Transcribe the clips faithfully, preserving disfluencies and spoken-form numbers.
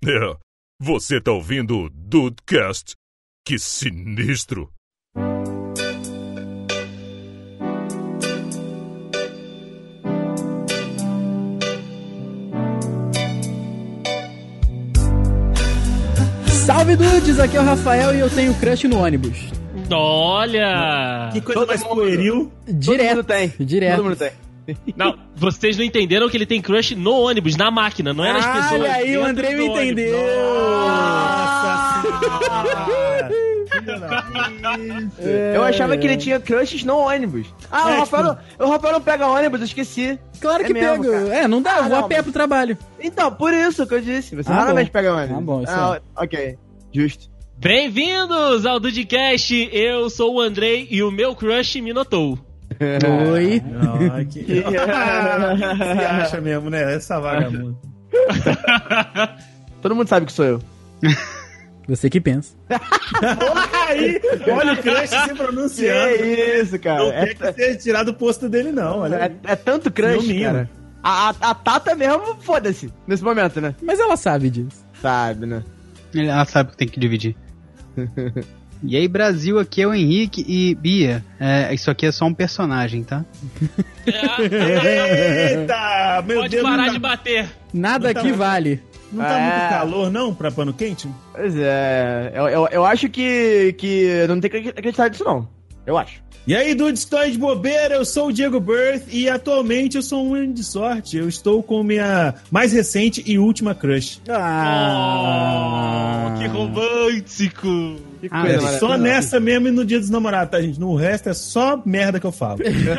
É, você tá ouvindo o Dudecast? Que sinistro! Salve dudes, aqui é o Rafael e eu tenho crush no ônibus. Olha! Que coisa Todo mais mundo- pueril. Direto, Todo mundo tem. direto. Todo mundo tem. Não, vocês não entenderam que ele tem crush no ônibus, na máquina, não é nas Ah, pessoas. olha aí, o dentro Andrei do me ônibus. entendeu. Nossa senhora! Filha da- Eu achava que ele tinha crushes no ônibus. Ah, É, o, Rafael não, o Rafael não pega ônibus, eu esqueci. Claro É que mesmo, pego. cara. É, não dá, eu Ah, vou não, a pé mas- pro trabalho. Então, por isso que eu disse. Você Ah, raramente bom. pega ônibus. Ah, bom, isso Ah, ok. Justo. Bem-vindos ao Dudecast, eu sou o Andrei e o meu crush me notou. Oi. Não, que... Você acha mesmo, né? Essa vagabunda. Todo mundo sabe que sou eu. Você que pensa. Aí, olha o crush se Que pronunciando. isso, cara. Não É, tem que ser tirado do posto dele, não. Olha. é, é tanto crush, Ciúminho. cara. A, a, a Tata mesmo, foda-se, nesse momento, né? Mas ela sabe disso. Sabe, né? Ela sabe que tem que dividir. E aí, Brasil, aqui é o Henrique e Bia. É, isso aqui é só um personagem, tá? Eita! Meu Pode Deus, parar não tá, de bater. Nada Não tá- que vale. não tá É. muito calor, não, pra pano quente? Pois é. Eu, eu, eu acho que, que não tem que acreditar nisso, não. Eu acho. E aí, dudes, estou de bobeira, eu sou o Diego Birth e atualmente eu sou um homem de sorte. Eu estou com minha mais recente e última crush. Ah, Oh, que romântico. Que Ah, coisa é É maravilhosa. só nessa mesmo e no dia dos namorados, tá, gente? No resto é só merda que eu falo.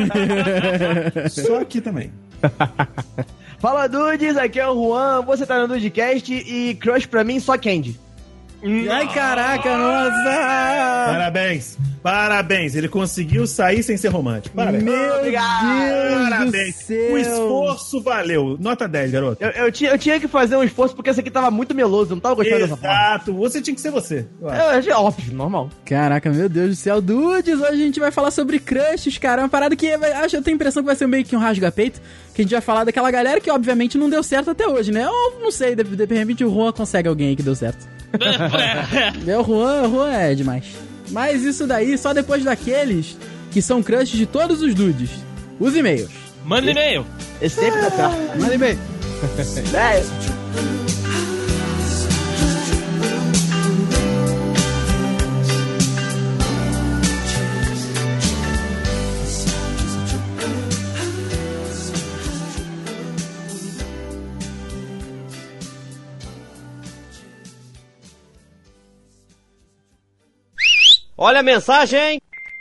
Só aqui também. Fala, dudes, aqui é o Juan, você tá no Dudecast e crush pra mim só Candy. Ai, caraca, nossa! Parabéns, parabéns. Ele conseguiu sair sem ser romântico. Parabéns. Meu Obrigado. Deus Parabéns. do céu! O esforço valeu. Nota dez, garoto. Eu, eu, tinha, eu tinha que fazer um esforço porque esse aqui tava muito meloso, eu não tava gostando dessa forma. Exato. Você tinha que ser você. eu acho. Eu achei óbvio, normal. Caraca, meu Deus do céu. Dudes, hoje a gente vai falar sobre crushes, cara. Uma parada que vai- acho, eu tenho a impressão que vai ser meio que um rasga-peito. Que a gente vai falar daquela galera que, obviamente, não deu certo até hoje, né? Ou, não sei, de, de repente o Juan consegue alguém aí que deu certo. É, o Juan, o Juan é demais. Mas isso daí só depois daqueles que são crushes de todos os dudes. Os e-mails. Manda e-mail. Esse sempre tá certo. Manda bem. É, Olha a mensagem!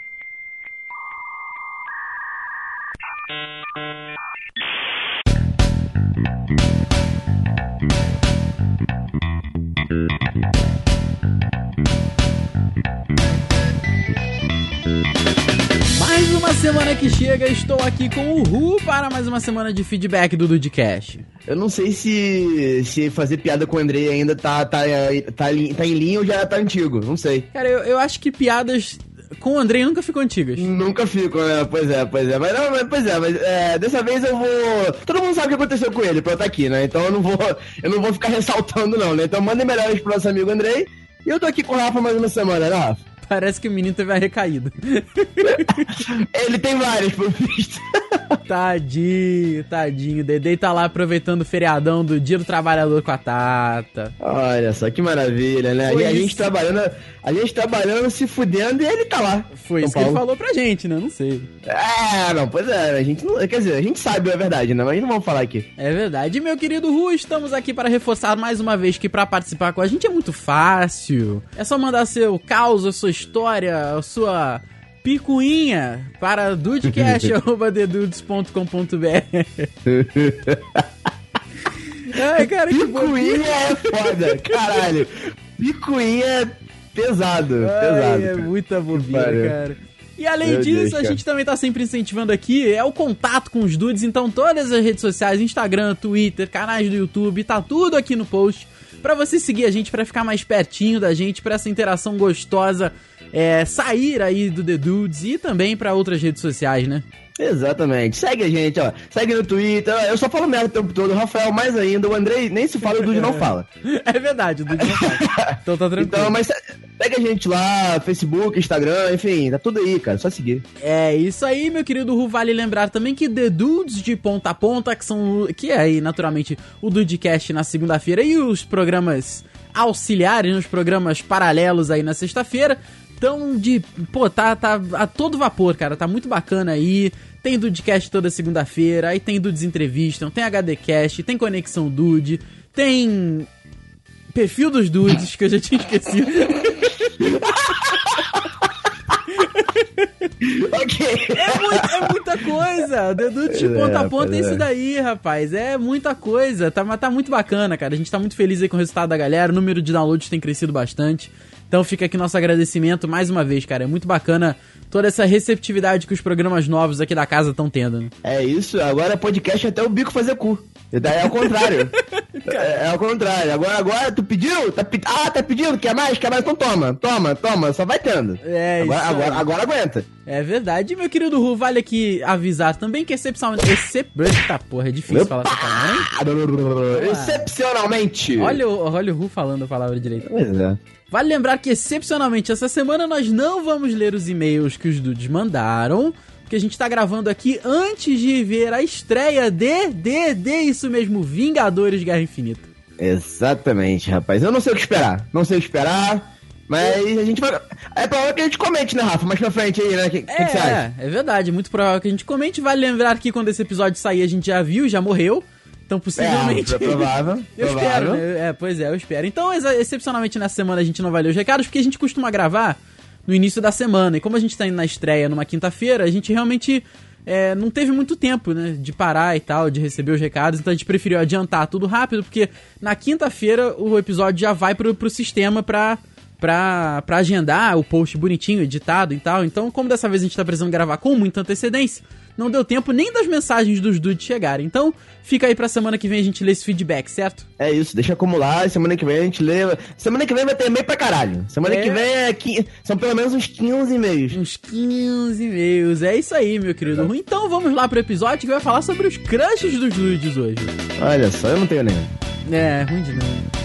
Mais uma semana que chega, estou aqui com o Ru para mais uma semana de feedback do Dudecast. eu não sei se, se fazer piada com o Andrei ainda tá, tá, tá, li- tá em linha ou já tá antigo, não sei. Cara, eu, eu acho que piadas com o Andrei nunca ficam antigas. Nunca fico, né? Pois é, pois é. Mas não, mas, pois é, mas é, dessa vez eu vou. Todo mundo sabe o que aconteceu com ele pra eu estar aqui, né? Então eu não vou. Eu não vou ficar ressaltando, não, né? Então mandem melhores pro nosso amigo Andrei. E eu tô aqui com o Rafa mais uma semana, né, Rafa? Parece que o menino teve uma recaída. Ele tem várias, por visto. Tadinho, tadinho. O Dedei tá lá aproveitando o feriadão do Dia do Trabalhador com a Tata. Olha só, que maravilha, né? Foi E a isso. gente trabalhando, a gente trabalhando, se fudendo e ele tá lá. Foi São isso que ele Paulo. falou pra gente, né? Não sei. É, não, pois é, a gente não. Quer dizer, a gente sabe a verdade, né? Mas não vamos falar aqui. É verdade. E, meu querido Ru, estamos aqui para reforçar mais uma vez que pra participar com a gente é muito fácil. É só mandar seu caos, a sua história, a sua picuinha para dudecast arroba the dudes ponto com ponto b r. Ai, cara, que bom. Picuinha é foda, caralho. Picuinha é pesado, Ai, pesado. é cara. muita bobeira, pariu. cara. E além Meu disso, Deus, a cara. gente também tá sempre incentivando aqui é o contato com os dudes. Então todas as redes sociais, Instagram, Twitter, canais do YouTube, tá tudo aqui no post pra você seguir a gente, pra ficar mais pertinho da gente, pra essa interação gostosa é, sair aí do The Dudes e também pra outras redes sociais, né? Exatamente. Segue a gente, ó. Segue no Twitter. Eu só falo merda o tempo todo. O Rafael mais ainda. O Andrei nem se fala, o Dude não fala. É verdade, o Dude não fala. Então tá tranquilo. Então, mas segue a gente lá, Facebook, Instagram, enfim, tá tudo aí, cara. Só seguir. É isso aí, meu querido Ru. Vale lembrar também que The Dudes de Ponta a Ponta, que são. Que é aí, naturalmente, o Dudecast na segunda-feira e os programas auxiliares, os programas paralelos aí na sexta-feira. Então, de. Pô, tá, tá a todo vapor, cara. Tá muito bacana aí. Tem Dudecast toda segunda-feira. Aí tem Dudes Entrevistam. Tem HDcast. Tem Conexão Dude. Tem. Perfil dos Dudes, que eu já tinha esquecido. Ok. É, muito, é muita coisa. The Dudes de ponta a ponta é isso daí, rapaz. É muita coisa. Tá, mas tá muito bacana, cara. A gente tá muito feliz aí com o resultado da galera. O número de downloads tem crescido bastante. Então fica aqui nosso agradecimento mais uma vez, cara. É muito bacana toda essa receptividade que os programas novos aqui da casa estão tendo, né? É isso, agora podcast até o bico fazer cu. E daí é ao contrário. é, é ao contrário. Agora, agora, tu pediu? Tá pe... Ah, tá pedindo? Quer mais? Quer mais? Então toma, toma, toma. Só vai tendo. É agora, isso. Agora, agora aguenta. É verdade. E, meu querido Ru, vale aqui avisar também que excepcionalmente... Excep... Eita porra, é difícil Opa. falar essa palavra, hein? Excepcionalmente. Olha o, olha o Ru falando a palavra direito. Pois é. Vale lembrar que, excepcionalmente, essa semana nós não vamos ler os e-mails que os dudes mandaram, porque a gente tá gravando aqui antes de ver a estreia de, de, de, isso mesmo, Vingadores Guerra Infinita. Exatamente, rapaz. Eu não sei o que esperar. Não sei o que esperar, mas a gente vai... É provável que a gente comente, né, Rafa? Mais pra frente aí, né? O que, é, que, que você acha? É, é verdade. Muito provável que a gente comente. Vale lembrar que quando esse episódio sair, a gente já viu, já morreu. Então, possivelmente... É, provável. eu provável. espero, né? É, pois é, eu espero. Então, ex excepcionalmente nessa semana a gente não vai ler os recados, porque a gente costuma gravar no início da semana. E como a gente tá indo na estreia numa quinta-feira, a gente realmente é, não teve muito tempo, né? De parar e tal, de receber os recados. Então a gente preferiu adiantar tudo rápido, porque na quinta-feira o episódio já vai pro, pro sistema pra... Pra, pra agendar o post bonitinho, editado e tal. Então, como dessa vez a gente tá precisando gravar com muita antecedência, não deu tempo nem das mensagens dos dudes chegarem. Então, fica aí pra semana que vem a gente ler esse feedback, certo? É isso, deixa acumular. Semana que vem a gente lê. Semana que vem vai ter e-mail pra caralho. Semana é. que vem é quinze... são pelo menos uns quinze e-mails. Uns quinze e-mails. É isso aí, meu querido. É. Então, vamos lá pro episódio que vai falar sobre os crushes dos dudes hoje. Olha só, eu não tenho nenhum. É, ruim de não.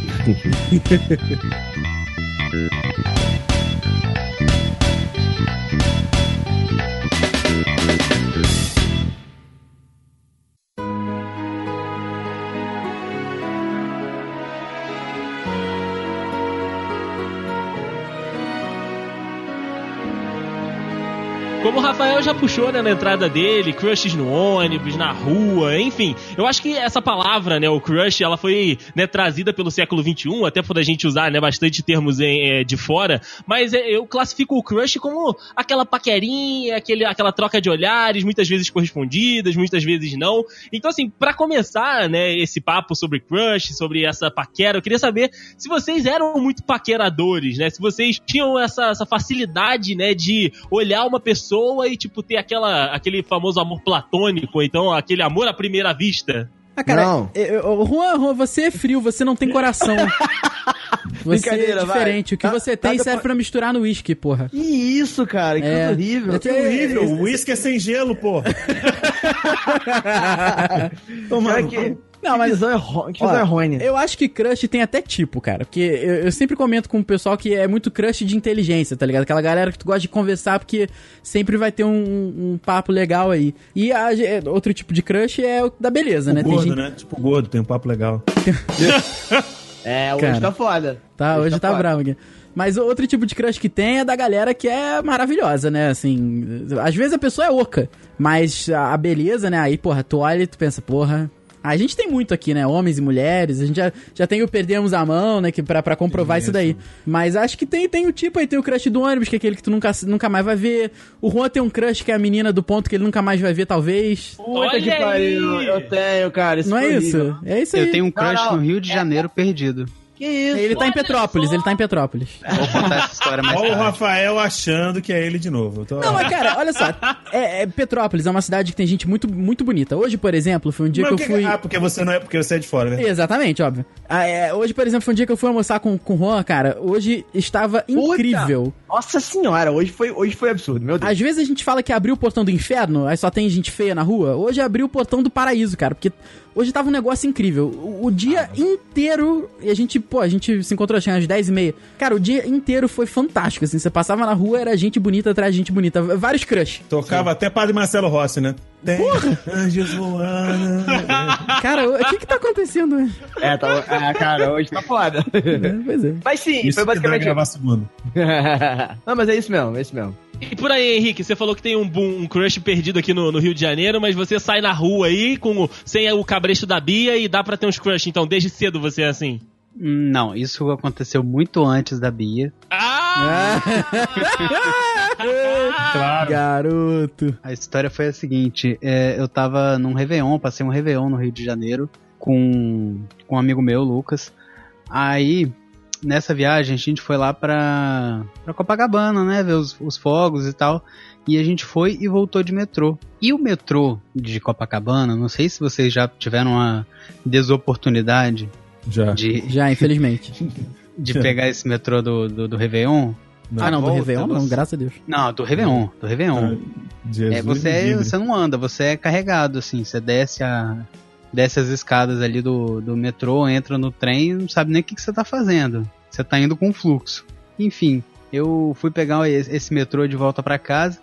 Como o Rafael já puxou, né, na entrada dele, crushes no ônibus, na rua, enfim. Eu acho que essa palavra, né, o crush, ela foi, né, trazida pelo século vinte e um, até por a gente usar, né, bastante termos em, é, de fora, mas é, eu classifico o crush como aquela paquerinha, aquele, aquela troca de olhares, muitas vezes correspondidas, muitas vezes não. Então, assim, pra começar, né, esse papo sobre crush, sobre essa paquera, eu queria saber se vocês eram muito paqueradores, né, se vocês tinham essa, essa facilidade, né, de olhar uma pessoa e, tipo, ter aquela, aquele famoso amor platônico, então aquele amor à primeira vista. Ah, cara, não. Eu, eu, Juan, Juan, você é frio, você não tem coração. Você é diferente. Vai. O que tá, você tem tá, serve tá, pra misturar no uísque, porra. Que isso, cara? Que é. horrível. Que horrível. O uísque é sem gelo, porra. Toma aqui. Não, mas visão é, ro... que visão é ruim. Eu acho que crush tem até tipo, cara. Porque eu, eu sempre comento com o pessoal que é muito crush de inteligência, tá ligado? Aquela galera que tu gosta de conversar porque sempre vai ter um, um papo legal aí. E a, outro tipo de crush é o da beleza, o né? Gordo, tem gente... né? Tipo gordo, tem um papo legal. É, hoje cara, tá foda. Tá, hoje, hoje tá, tá bravo aqui. Mas outro tipo de crush que tem é da galera que é maravilhosa, né? Assim, às vezes a pessoa é oca, mas a beleza, né? Aí, porra, tu olha e tu pensa, porra... A gente tem muito aqui, né? Homens e mulheres. A gente já, já tem o Perdemos a Mão, né? Que pra, pra comprovar isso. isso daí. Mas acho que tem, tem o tipo aí. Tem o crush do ônibus, que é aquele que tu nunca, nunca mais vai ver. O Juan tem um crush que é a menina do ponto que ele nunca mais vai ver, talvez. Puta que pariu. Eu tenho, cara. Isso não é horrível. isso? É isso aí. Eu tenho um crush não, não. no Rio de Janeiro é, perdido. Que isso? Ele tá em Olha Petrópolis, só. ele tá em Petrópolis. Vou contar essa história mais Olha o tarde. Rafael achando que é ele de novo. Eu tô- Não, mas cara, olha só. É, é, Petrópolis é uma cidade que tem gente muito, muito bonita. Hoje, por exemplo, foi um dia Mas que eu que- fui... Ah, porque você não é, porque você é de fora, né? Exatamente, óbvio. Ah, é, hoje, por exemplo, foi um dia que eu fui almoçar com, com o Juan, cara. Hoje estava incrível. Nossa senhora, hoje foi, hoje foi absurdo, meu Deus. Às vezes a gente fala que abriu o portão do inferno, aí só tem gente feia na rua. Hoje abriu o portão do paraíso, cara, porque hoje tava um negócio incrível. O, o dia inteiro, e a gente, pô, a gente se encontrou acho, às dez e meia. Cara, o dia inteiro foi fantástico, assim. Você passava na rua, era gente bonita atrás de gente bonita. Vários crush. Tocava até Padre Marcelo Rossi, né? Tem anjos voando. Cara, o que que tá acontecendo? É, tá, ah, cara, hoje tá foda. É, pois é. Mas sim, Isso foi que dá basicamente... gravar segundo. Não, mas é isso mesmo, é isso mesmo. E por aí, Henrique, você falou que tem um, boom, um crush perdido aqui no, no Rio de Janeiro, mas você sai na rua aí com o- sem o cabresto da Bia e dá pra ter uns crush. Então, desde cedo você é assim. Hum, Não, isso aconteceu muito antes da Bia. Ah! Claro. Garoto. A história foi a seguinte, é, eu tava num Réveillon, passei um Réveillon no Rio de Janeiro com, com um amigo meu, Lucas. Aí, nessa viagem, a gente foi lá pra, pra Copacabana, né, ver os, os fogos e tal. E a gente foi e voltou de metrô. E o metrô de Copacabana, não sei se vocês já tiveram uma desoportunidade Já. de, Já, infelizmente. de pegar esse metrô do, do, do Réveillon. Ah, não, do volta, Réveillon não, você- graças a Deus. Não, do Réveillon, do Réveillon. Jesus É, você, me é- livre. você não anda, você é carregado, assim, você desce, a, desce as escadas ali do, do metrô, entra no trem e não sabe nem o que, que você tá fazendo. Você tá indo com fluxo. Enfim, eu fui pegar esse, esse metrô de volta pra casa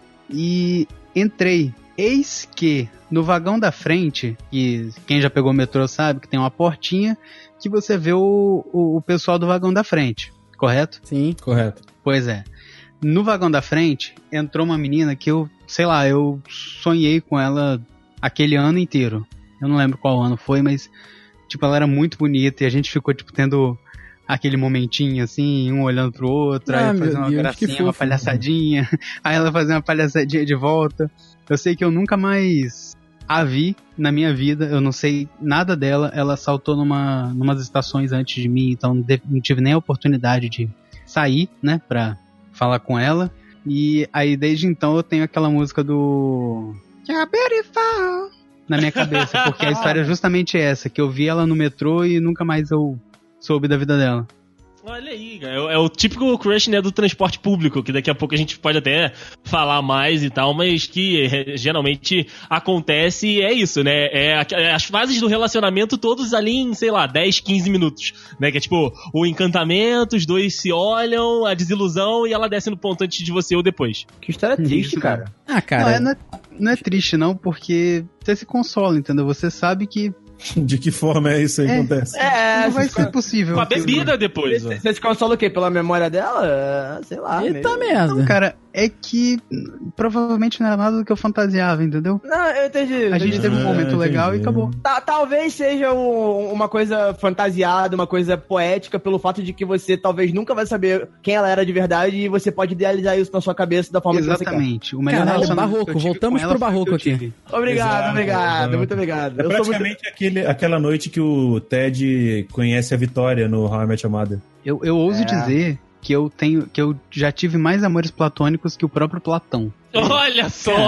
e entrei. Eis que no vagão da frente, que quem já pegou o metrô sabe que tem uma portinha que você vê o, o, o pessoal do vagão da frente, correto? Sim. Correto. Pois é. No vagão da frente, entrou uma menina que eu, sei lá, eu sonhei com ela aquele ano inteiro. Eu não lembro qual ano foi, mas, tipo, ela era muito bonita e a gente ficou, tipo, tendo aquele momentinho, assim, um olhando pro outro, Ah, aí meu fazendo uma Deus, que gracinha, uma fofo. palhaçadinha, aí ela fazia uma palhaçadinha de volta. Eu sei que eu nunca mais a vi na minha vida, eu não sei nada dela, ela saltou numa numas estações antes de mim, então não de- não tive nem a oportunidade de sair, né, pra falar com ela. E aí desde então eu tenho aquela música do You're Beautiful na minha cabeça, porque a história é justamente essa, que eu vi ela no metrô e nunca mais eu soube da vida dela. Olha aí, cara. É, é o típico crush, né, do transporte público, que daqui a pouco a gente pode até falar mais e tal, mas que é, geralmente acontece e é isso, né? É, a- é as fases do relacionamento todos ali em, sei lá, dez, quinze minutos, né? Que é tipo, o encantamento, os dois se olham, a desilusão e ela desce no ponto antes de você ou depois. Que história triste, Isso, cara. Ah, Não, cara. é, não, é, não é triste não, porque você se consola, entendeu? Você sabe que De que forma é isso aí que É. acontece? É, não vai você, ser possível. Com a bebida depois, ó. você, você se consola o quê? Pela memória dela? É, sei lá. Eita meio- merda. Não, cara, é que hum, provavelmente não era nada do que eu fantasiava, entendeu? Não, eu entendi. A entendi. gente teve um Ah, momento legal e entendi. acabou. Ta- Talvez seja um- uma coisa fantasiada, uma coisa poética, pelo fato de que você talvez nunca vai saber quem ela era de verdade e você pode idealizar isso na sua cabeça da forma que você Exatamente. O melhor Caralho, relacionamento barroco, que eu tive voltamos com ela pro foi o barroco que eu aqui. tive. quer. Obrigado, Exato, obrigado, exato. muito obrigado. É Eu sou muito... praticamente aquele, aquela noite que o Ted conhece a Vitória no How I Met Your Mother. Eu, eu ouso É. dizer que eu tenho, que eu já tive mais amores platônicos que o próprio Platão. Olha só!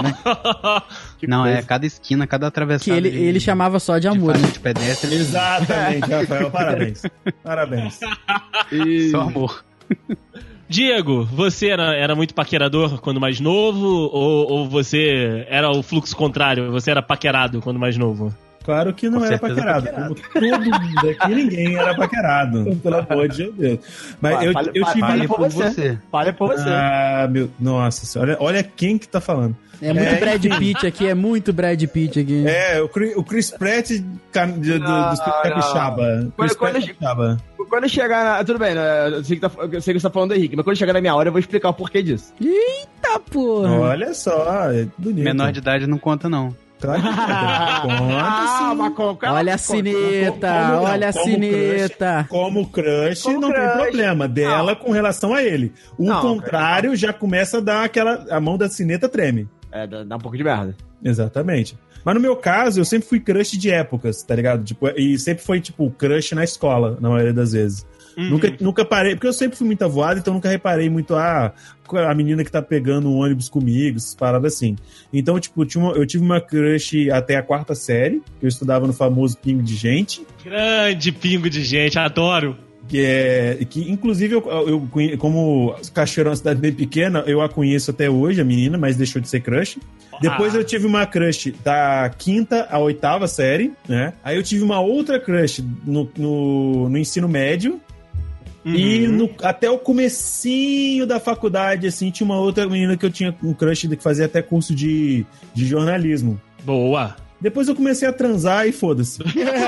Que Não, coisa. é cada esquina, cada atravessada. Que ele, de- ele chamava só de de amor, faixa né? de pedestre. Exatamente, Rafael, parabéns. Parabéns. E- Só amor. Diego, você era, era muito paquerador quando mais novo ou, ou você era o fluxo contrário? Você era paquerado quando mais novo? Claro que não Com era certeza paquerado. Como todo mundo aqui, ninguém era paquerado. Pelo amor de Deus. Mas eu, Fale- eu fale- tive. fale Fale por por você. você. Fale por você. Ah, meu. Nossa senhora. Olha, olha quem que tá falando. É muito É, Brad enfim. Pitt aqui, é muito Brad Pitt aqui. É, o Chris, o Chris Pratt ca- de- do, do, Não, do Capixaba. Chris Quando- Pratt Capixaba. Quando chegar na... Tudo bem, né? eu sei, que tá... eu sei que você tá falando do Henrique, mas quando chegar na minha hora eu vou explicar o porquê disso. Eita porra. Olha só, é bonito. Menor de idade não conta, não. Claro que conta. Conta sim. mas com- calma, Olha a conta. sineta, Como não? olha a Como sineta. Como crush, Como não crush. tem problema dela com relação a ele. O Não, contrário já começa a dar aquela. A mão da cineta treme. É, dá, dá um pouco de merda. Exatamente. Mas no meu caso, eu sempre fui crush de épocas, tá ligado? Tipo, e sempre foi, tipo, crush na escola, na maioria das vezes. Uhum. Nunca, nunca parei, porque eu sempre fui muito avoado, então nunca reparei muito ah, a menina que tá pegando um ônibus comigo, essas paradas assim. Então, tipo, tinha uma, eu tive uma crush até a quarta série, que eu estudava no famoso Pingo de Gente. Grande Pingo de Gente, adoro. Que é. Que, inclusive, eu, eu, como Cachoeira é uma cidade bem pequena, eu a conheço até hoje, a menina, mas deixou de ser crush. Ah. Depois eu tive uma crush da quinta à oitava série, né? Aí eu tive uma outra crush no, no, no ensino médio. Uhum. E no, até o comecinho da faculdade, assim, tinha uma outra menina que eu tinha um crush que fazia até curso de, de jornalismo. Boa! Depois eu comecei a transar e foda-se.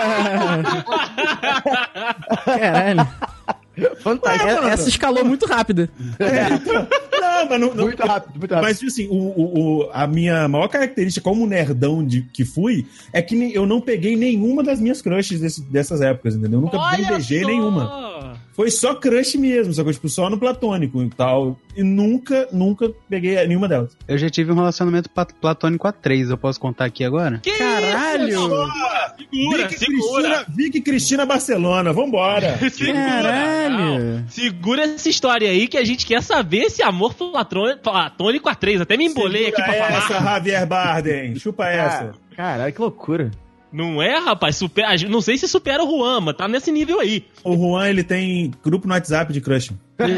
Caralho. Fantástico. É, essa escalou muito rápida. É, então, não, mas não, não, muito rápido, muito rápido. Mas, assim, o, o, o, a minha maior característica como nerdão de, que fui é que eu não peguei nenhuma das minhas crushes desse, dessas épocas, entendeu? Eu nunca Olha beijei só! nenhuma. Foi só crush mesmo, só que, tipo, só no platônico e tal. E nunca, nunca peguei nenhuma delas. Eu já tive um relacionamento pat- platônico a três, eu posso contar aqui agora? Que Caralho! isso? Segura, Vicky segura. Cristina, Vicky Cristina Barcelona, vambora! Segura, Caralho! não. Segura essa história aí que a gente quer saber esse amor platônico, platônico a três. Até me embolei Segura aqui pra essa, falar. Javier Bardem, chupa essa. Caralho, que loucura. Não é, rapaz? Supera, não sei se supera o Juan, mas tá nesse nível aí. O Juan, ele tem grupo no WhatsApp de crush.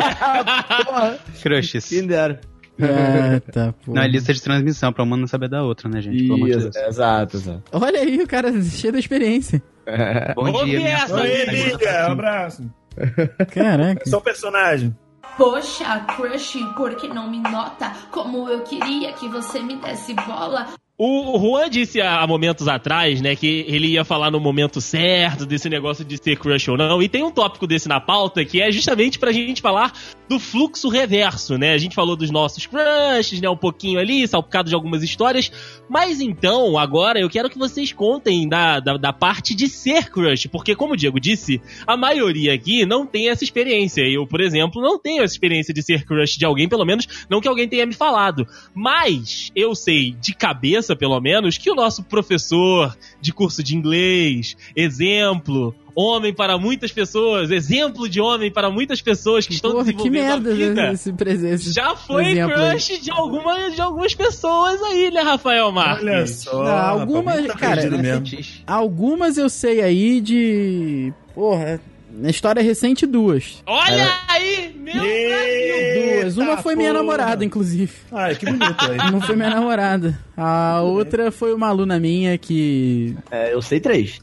Crushes. Quem dera. Ah, tá, pô. Não é lista de transmissão, pra uma não saber da outra, né, gente? Pelo amor de Isso, Deus. exato, exato. Olha aí, o cara cheio da experiência. Bom Ouve dia, minha essa, filha. Oi, Oi, Emília, um abraço. Caraca. Só personagem. Poxa, crush, por que não me nota? Como eu queria que você me desse bola. O Juan disse há momentos atrás, né, que ele ia falar no momento certo desse negócio de ser crush ou não, e tem um tópico desse na pauta que é justamente pra gente falar do fluxo reverso, né? A gente falou dos nossos crushes, né, um pouquinho ali, salpicado de algumas histórias, mas então, agora eu quero que vocês contem da, da, da parte de ser crush, porque como o Diego disse, a maioria aqui não tem essa experiência. Eu, por exemplo, não tenho essa experiência de ser crush de alguém, pelo menos não que alguém tenha me falado, mas eu sei de cabeça, pelo menos, que o nosso professor de curso de inglês, exemplo, homem para muitas pessoas, exemplo de homem para muitas pessoas que estão Porra, que desenvolvendo merda a vida, esse presente. já foi crush de, alguma, de algumas pessoas aí, né, Rafael Marques? Olha só. Não, algumas, rapaz, muito cara, perdido É mesmo. Algumas eu sei aí de... Porra, na história recente, duas. Olha aí, meu Brasil! Duas. Uma foi minha porra. namorada, inclusive. Ai, que bonito aí. Uma foi minha namorada. A outra foi uma aluna minha que... É, eu sei três.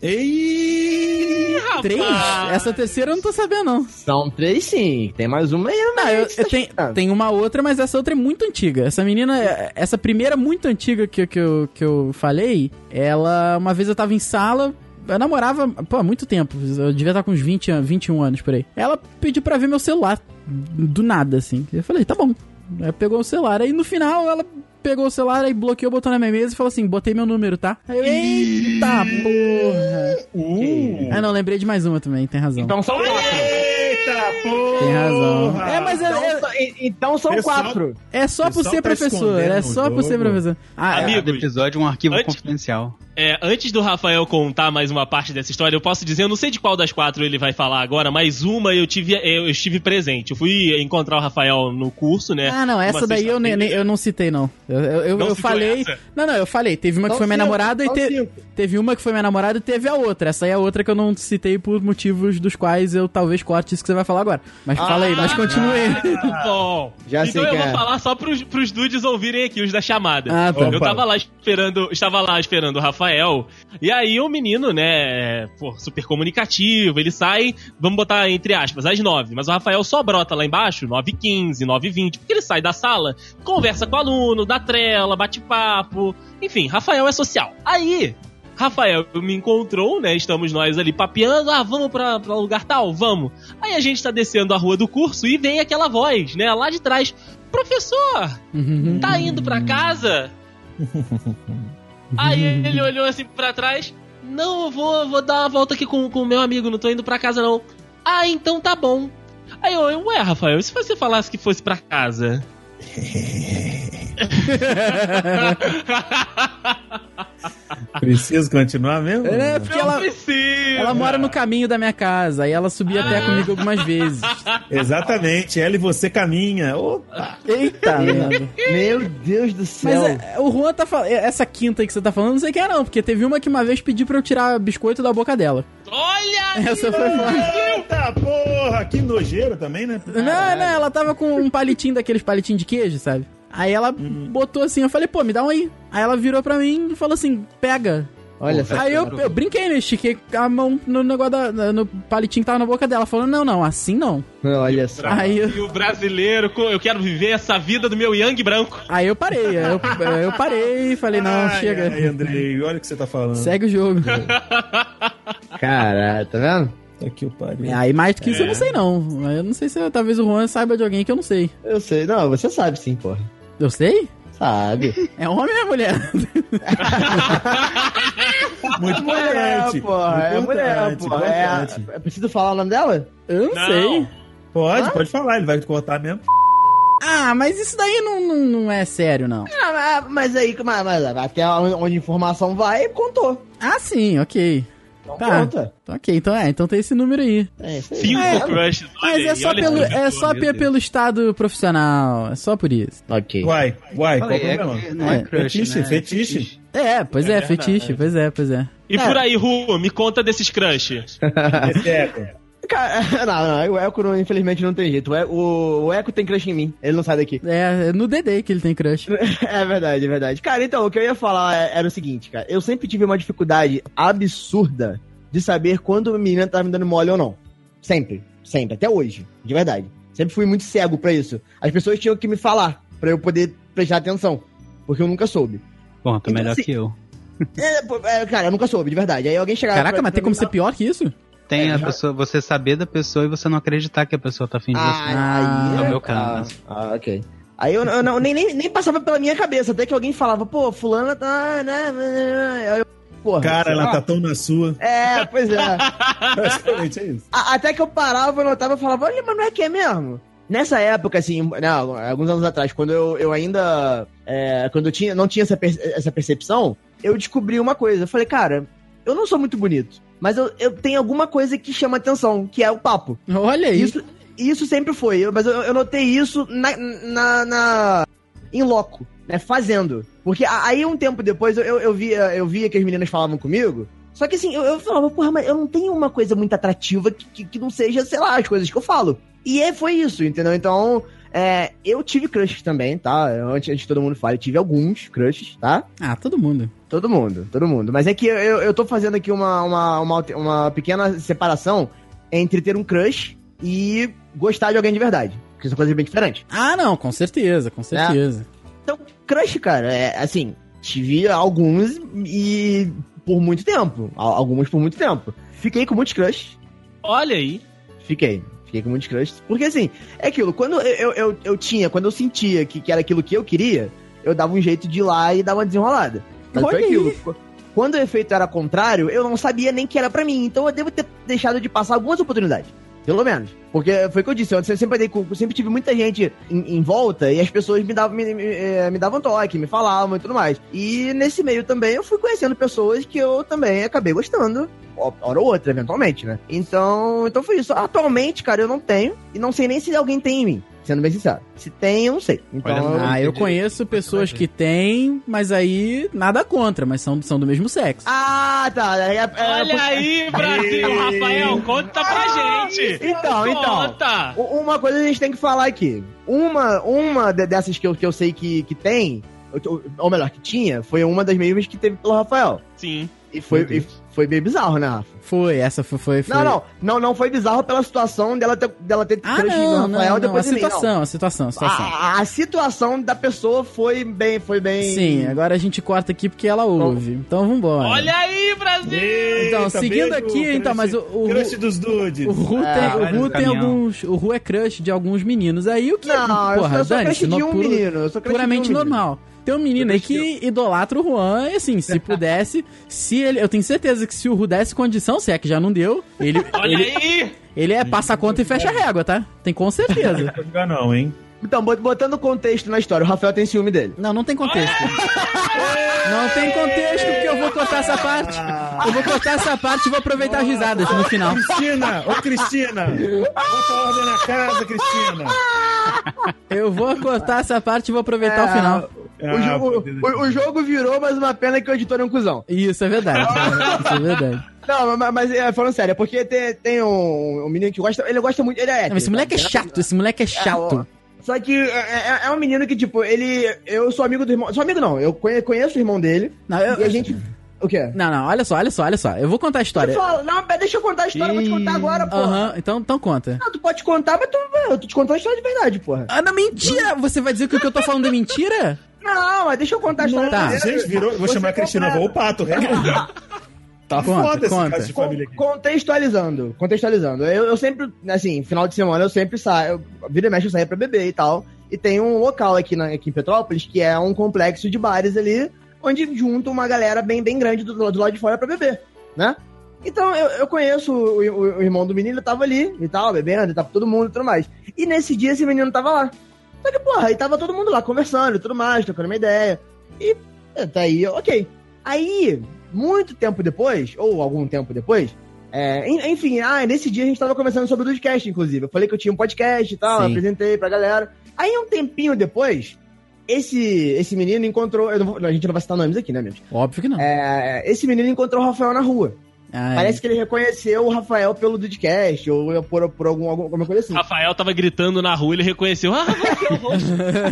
Ei! Três? Essa terceira eu não tô sabendo, não. São três, sim. Tem mais uma aí. Não, eu, eu tenho, tem uma outra, mas essa outra é muito antiga. Essa menina, essa primeira muito antiga que, que, eu, que eu falei, ela, uma vez eu tava em sala, eu namorava, pô, há muito tempo, eu devia estar com uns vinte, vinte e um anos por aí. Ela pediu pra ver meu celular, do nada, assim. Eu falei, tá bom. Aí pegou o celular, aí no final ela pegou o celular, aí bloqueou, botou na minha mesa e falou assim, botei meu número, tá? Aí eu, eita porra. Uh. Ah, não, lembrei de mais uma também, tem razão. Então são quatro. Eita, porra! Tem razão. É, mas é, Então, é, só- então são Pessoal- quatro. é só por Pessoal ser tá professor, é escondendo só o por ser jogo. professor. Ah, Amigo, Cada episódio um arquivo Antes- confidencial. É, antes do Rafael contar mais uma parte dessa história, eu posso dizer, eu não sei de qual das quatro ele vai falar agora, mas uma eu tive, eu estive presente. Eu fui encontrar o Rafael no curso, né? Ah, não, essa Uma daí eu, nem, nem- eu não citei, não. Eu, eu, eu, Não eu citou falei. essa? Não, não, eu falei. Teve uma que São foi minha cinco, namorada e são te- cinco. teve uma que foi minha namorada e teve a outra. Essa aí é a outra que eu não citei por motivos dos quais eu talvez corte isso que você vai falar agora. Mas fala aí, mas continue aí. Tá bom. Já então sei eu quem vou é. falar só pros, pros dudes ouvirem aqui, os da chamada. Ah, tá. Eu Opa. tava lá esperando, estava lá esperando o Rafael, e aí o menino, né, pô, super comunicativo, ele sai, vamos botar entre aspas, às nove, mas o Rafael só brota lá embaixo, nove e quinze, nove e vinte, porque ele sai da sala, conversa com o aluno, dá trela, bate papo, enfim, Rafael é social. Aí, Rafael me encontrou, né, estamos nós ali papeando, ah, vamos pra, pra lugar tal? Vamos. Aí a gente tá descendo a rua do curso e vem aquela voz, né, lá de trás, professor, tá indo pra casa? Aí ele olhou assim pra trás. Não, eu vou, vou dar uma volta aqui com o meu amigo, não tô indo pra casa não. Ah, então tá bom. Aí eu, ué, Rafael, e se você falasse que fosse pra casa? Preciso continuar mesmo? É, porque ela, ela mora no caminho da minha casa, aí ela subia até comigo algumas vezes. Exatamente, ela e você caminha. Opa. Eita, merda. Meu Deus do céu. Mas é, o Juan tá falando. Essa quinta aí que você tá falando, não sei quem é, não, porque teve uma que uma vez pediu pra eu tirar biscoito da boca dela. Olha! Essa foi foda. Eita porra, que nojeiro também, né? Não, não, ela tava com um palitinho daqueles palitinhos de queijo, sabe? Aí ela hum. botou assim, eu falei, pô, me dá um aí. Aí ela virou pra mim e falou assim, pega. Olha só. Aí eu, eu brinquei, né? Estiquei a mão no negócio da, no palitinho que tava na boca dela. Falando, não, não, assim não. Olha só. Aí eu... E o brasileiro, eu quero viver essa vida do meu Yang branco. Aí eu parei, eu, eu parei e falei, não, ai, chega. Ai, Andrei, olha o que você tá falando. Segue o jogo. Caralho, tá vendo? Aqui eu parei. Aí mais do que isso é. eu não sei não. Eu não sei se talvez o Juan saiba de alguém que eu não sei. Eu sei, não, você sabe sim, porra. Eu sei? Sabe. É homem ou é mulher? Muito importante. Porra, é mulher, porra. É, é preciso falar o nome dela? Eu não, não. sei. Pode, ah? pode falar, ele vai cortar mesmo. Ah, mas isso daí não, não, não é sério, não. Ah, mas aí, mas, mas, até onde a informação vai, contou. Ah, sim, ok. Então tá. conta. Ok, então é, então tem esse número aí. É, isso aí. Cinco é, crushes. Mas é só, pelo, é só p- pelo estado profissional, é só por isso. Ok. Uai, uai, Falei, qual o é, problema? não é, É, crush, fetiche, né? fetiche. É, pois é, é fetiche, pois é, pois é. E É. por aí, Ru, me conta desses crushes. Esse eco. Cara, não, não, o Eco não, infelizmente não tem jeito. O Eco, o, o Eco tem crush em mim, ele não sai daqui. É, é no Dedê que ele tem crush. É verdade, é verdade. Cara, então, o que eu ia falar era o seguinte, cara. Eu sempre tive uma dificuldade absurda de saber quando a menina tava me dando mole ou não. Sempre, sempre, até hoje, de verdade. Sempre fui muito cego pra isso. As pessoas tinham que me falar pra eu poder prestar atenção, porque eu nunca soube. Bom, tá Então, melhor assim, que eu. É, é, cara, eu nunca soube, de verdade. Aí alguém chegava... Caraca, pra, mas pra tem como mim, ser pior que isso? Tem É, a já- pessoa, você saber da pessoa e você não acreditar que a pessoa tá fingindo. Ah, aí é o meu ah, caso. Ah, ok. Aí eu, eu não, nem, nem, nem passava pela minha cabeça, até que alguém falava, pô, fulana tá... Né, né, aí eu, porra, Cara, ela lá. tá tão na sua. É, pois é. Basicamente é isso. A- até que eu parava, eu notava e falava, olha, mas não é que é mesmo? Nessa época, assim, não, alguns anos atrás, quando eu, eu ainda... É, quando eu tinha, não tinha essa, per- essa percepção, eu descobri uma coisa. Eu falei, cara, eu não sou muito bonito, mas eu, eu tenho alguma coisa que chama atenção, que é o papo. Olha aí. Isso, isso sempre foi, eu- mas eu, eu notei isso na, na, na em loco, né, fazendo. Porque a- aí um tempo depois eu, eu, eu, via, eu via que as meninas falavam comigo, só que assim, eu, eu falava, porra, mas eu não tenho uma coisa muito atrativa que, que, que não seja, sei lá, as coisas que eu falo. E é, foi isso, entendeu? Então, é, eu tive crushes também, tá? Antes, antes que todo mundo fale, eu tive alguns crushes, tá? Ah, todo mundo. Todo mundo, todo mundo. Mas é que eu, eu tô fazendo aqui uma, uma, uma, uma pequena separação entre ter um crush e gostar de alguém de verdade. Porque são coisas bem diferentes. Ah, não, com certeza, com certeza. Então, crush, cara, é assim, tive alguns e por muito tempo. Al- Alguns por muito tempo. Fiquei com muitos crushes. Olha aí. Fiquei. Fiquei com muitos crushes. Porque assim, é aquilo, quando eu, eu, eu, eu tinha, quando eu sentia que, que era aquilo que eu queria, eu dava um jeito de ir lá e dar uma desenrolada. Mas Olha foi aquilo. aí. Quando o efeito era contrário, eu não sabia nem que era pra mim. Então eu devo ter deixado de passar algumas oportunidades. Pelo menos. Porque foi o que eu disse, eu sempre, dei, eu sempre tive muita gente em, em volta e as pessoas me davam, me, me, eh, me davam toque, me falavam e tudo mais. E nesse meio também eu fui conhecendo pessoas que eu também acabei gostando. Hora ou outra, eventualmente, né? Então, então foi isso. Atualmente, cara, eu não tenho. E não sei nem se alguém tem em mim. Sendo bem sincero. Se tem, eu não sei. Então, Olha, Ah, eu entendi. conheço pessoas que têm, mas aí nada contra, mas são, são do mesmo sexo. Ah, tá. É, é, Olha é, aí, Brasil, Rafael, conta pra gente. Então, então. Conta. U- Uma coisa a gente tem que falar aqui. Uma, uma de- dessas que eu, que eu sei que, que tem, ou- ou melhor, que tinha, foi uma das mesmas que teve pelo Rafael. Sim. E foi, e foi bem bizarro, né, Rafa? Foi, essa foi. foi, foi... Não, não, não, não foi bizarro pela situação dela ter, dela ter Ah, crush no não, Rafael não, não, a depois de mim, não. situação, a situação, a situação. A, a situação da pessoa foi bem, foi bem... Sim, agora a gente corta aqui porque ela ouve. Então vambora. Olha aí, Brasil. Então, Eita, seguindo beijo, aqui, crush- então, mas o- o- Crush dos dudes. O Ru É, tem, o vários Ru tem caminhão. alguns. O Ru é crush de alguns meninos. Aí o que. Não, eu porra, sou- eu sou dane-se, crush de no um puro- menino, eu sou crush puramente de um menino. normal. Tem um menino aí que idolatra o Juan, e assim, se pudesse, se ele. Eu tenho certeza que se o Ru desse condição, se é que já não deu, ele. Olha ele, aí. ele é passa a conta e fecha a régua, tá? Tem com certeza. Não pode jogar não, hein? Então, botando contexto na história, o Rafael tem ciúme dele. Não, não tem contexto. Não tem contexto, porque eu vou cortar essa parte. Eu vou cortar essa parte e vou aproveitar as risadas no final. Cristina, ô Cristina, bota ordem na casa, Cristina. Eu vou cortar essa parte e vou aproveitar é, o final. O, ah, jogo, o, o jogo virou, mas uma pena que o editor é um cuzão. Isso é verdade. Isso é verdade. Não, mas, mas é, falando sério, é porque tem, tem um, um menino que gosta, ele gosta muito, ele é hétero. Não, esse moleque é chato, esse moleque é chato. É, só que é, é, é um menino que, tipo, ele... Eu sou amigo do irmão... Sou amigo não, eu conheço o irmão dele. Não, eu, e a gente... O quê? Não, não, olha só, olha só, olha só. Eu vou contar a história. Falo, não, deixa eu contar a história, e... eu vou te contar agora, porra. Aham, uhum, então, então conta. Não, tu pode contar, mas tu, eu tô te contando a história de verdade, porra. Ah, não, mentira! Você vai dizer que o que eu tô falando é mentira? Não, mas deixa eu contar a história. Tá. Dele. Gente, virou... Vou chamar a Cristina, vou o pato, né? Tá conta, foda conta. esse caso de família aqui. Contextualizando, contextualizando. Eu, eu sempre, assim, final de semana eu sempre saio, vira e mexe eu saio pra beber e tal. E tem um local aqui, na, aqui em Petrópolis que é um complexo de bares ali, onde junta uma galera bem, bem grande do, do lado de fora pra beber, né? Então eu, eu conheço o, o, o irmão do menino, tava ali e tal, bebendo, e tava todo mundo e tudo mais. E nesse dia esse menino tava lá. Só que, porra, aí tava todo mundo lá conversando e tudo mais, trocando uma ideia. E até aí, ok. Aí, muito tempo depois, ou algum tempo depois, é, enfim, ah, nesse dia a gente tava conversando sobre o Dudecast, inclusive. Eu falei que eu tinha um podcast e tal, apresentei pra galera. Aí, um tempinho depois, esse, esse menino encontrou... Eu não vou, a gente não vai citar nomes aqui, né, mesmo? Óbvio que não. É, esse menino encontrou o Rafael na rua. Ai. Parece que ele reconheceu o Rafael pelo Dudecast, ou por, por algum, alguma coisa assim. Rafael tava gritando na rua, ele reconheceu. Ah, que é o rosto.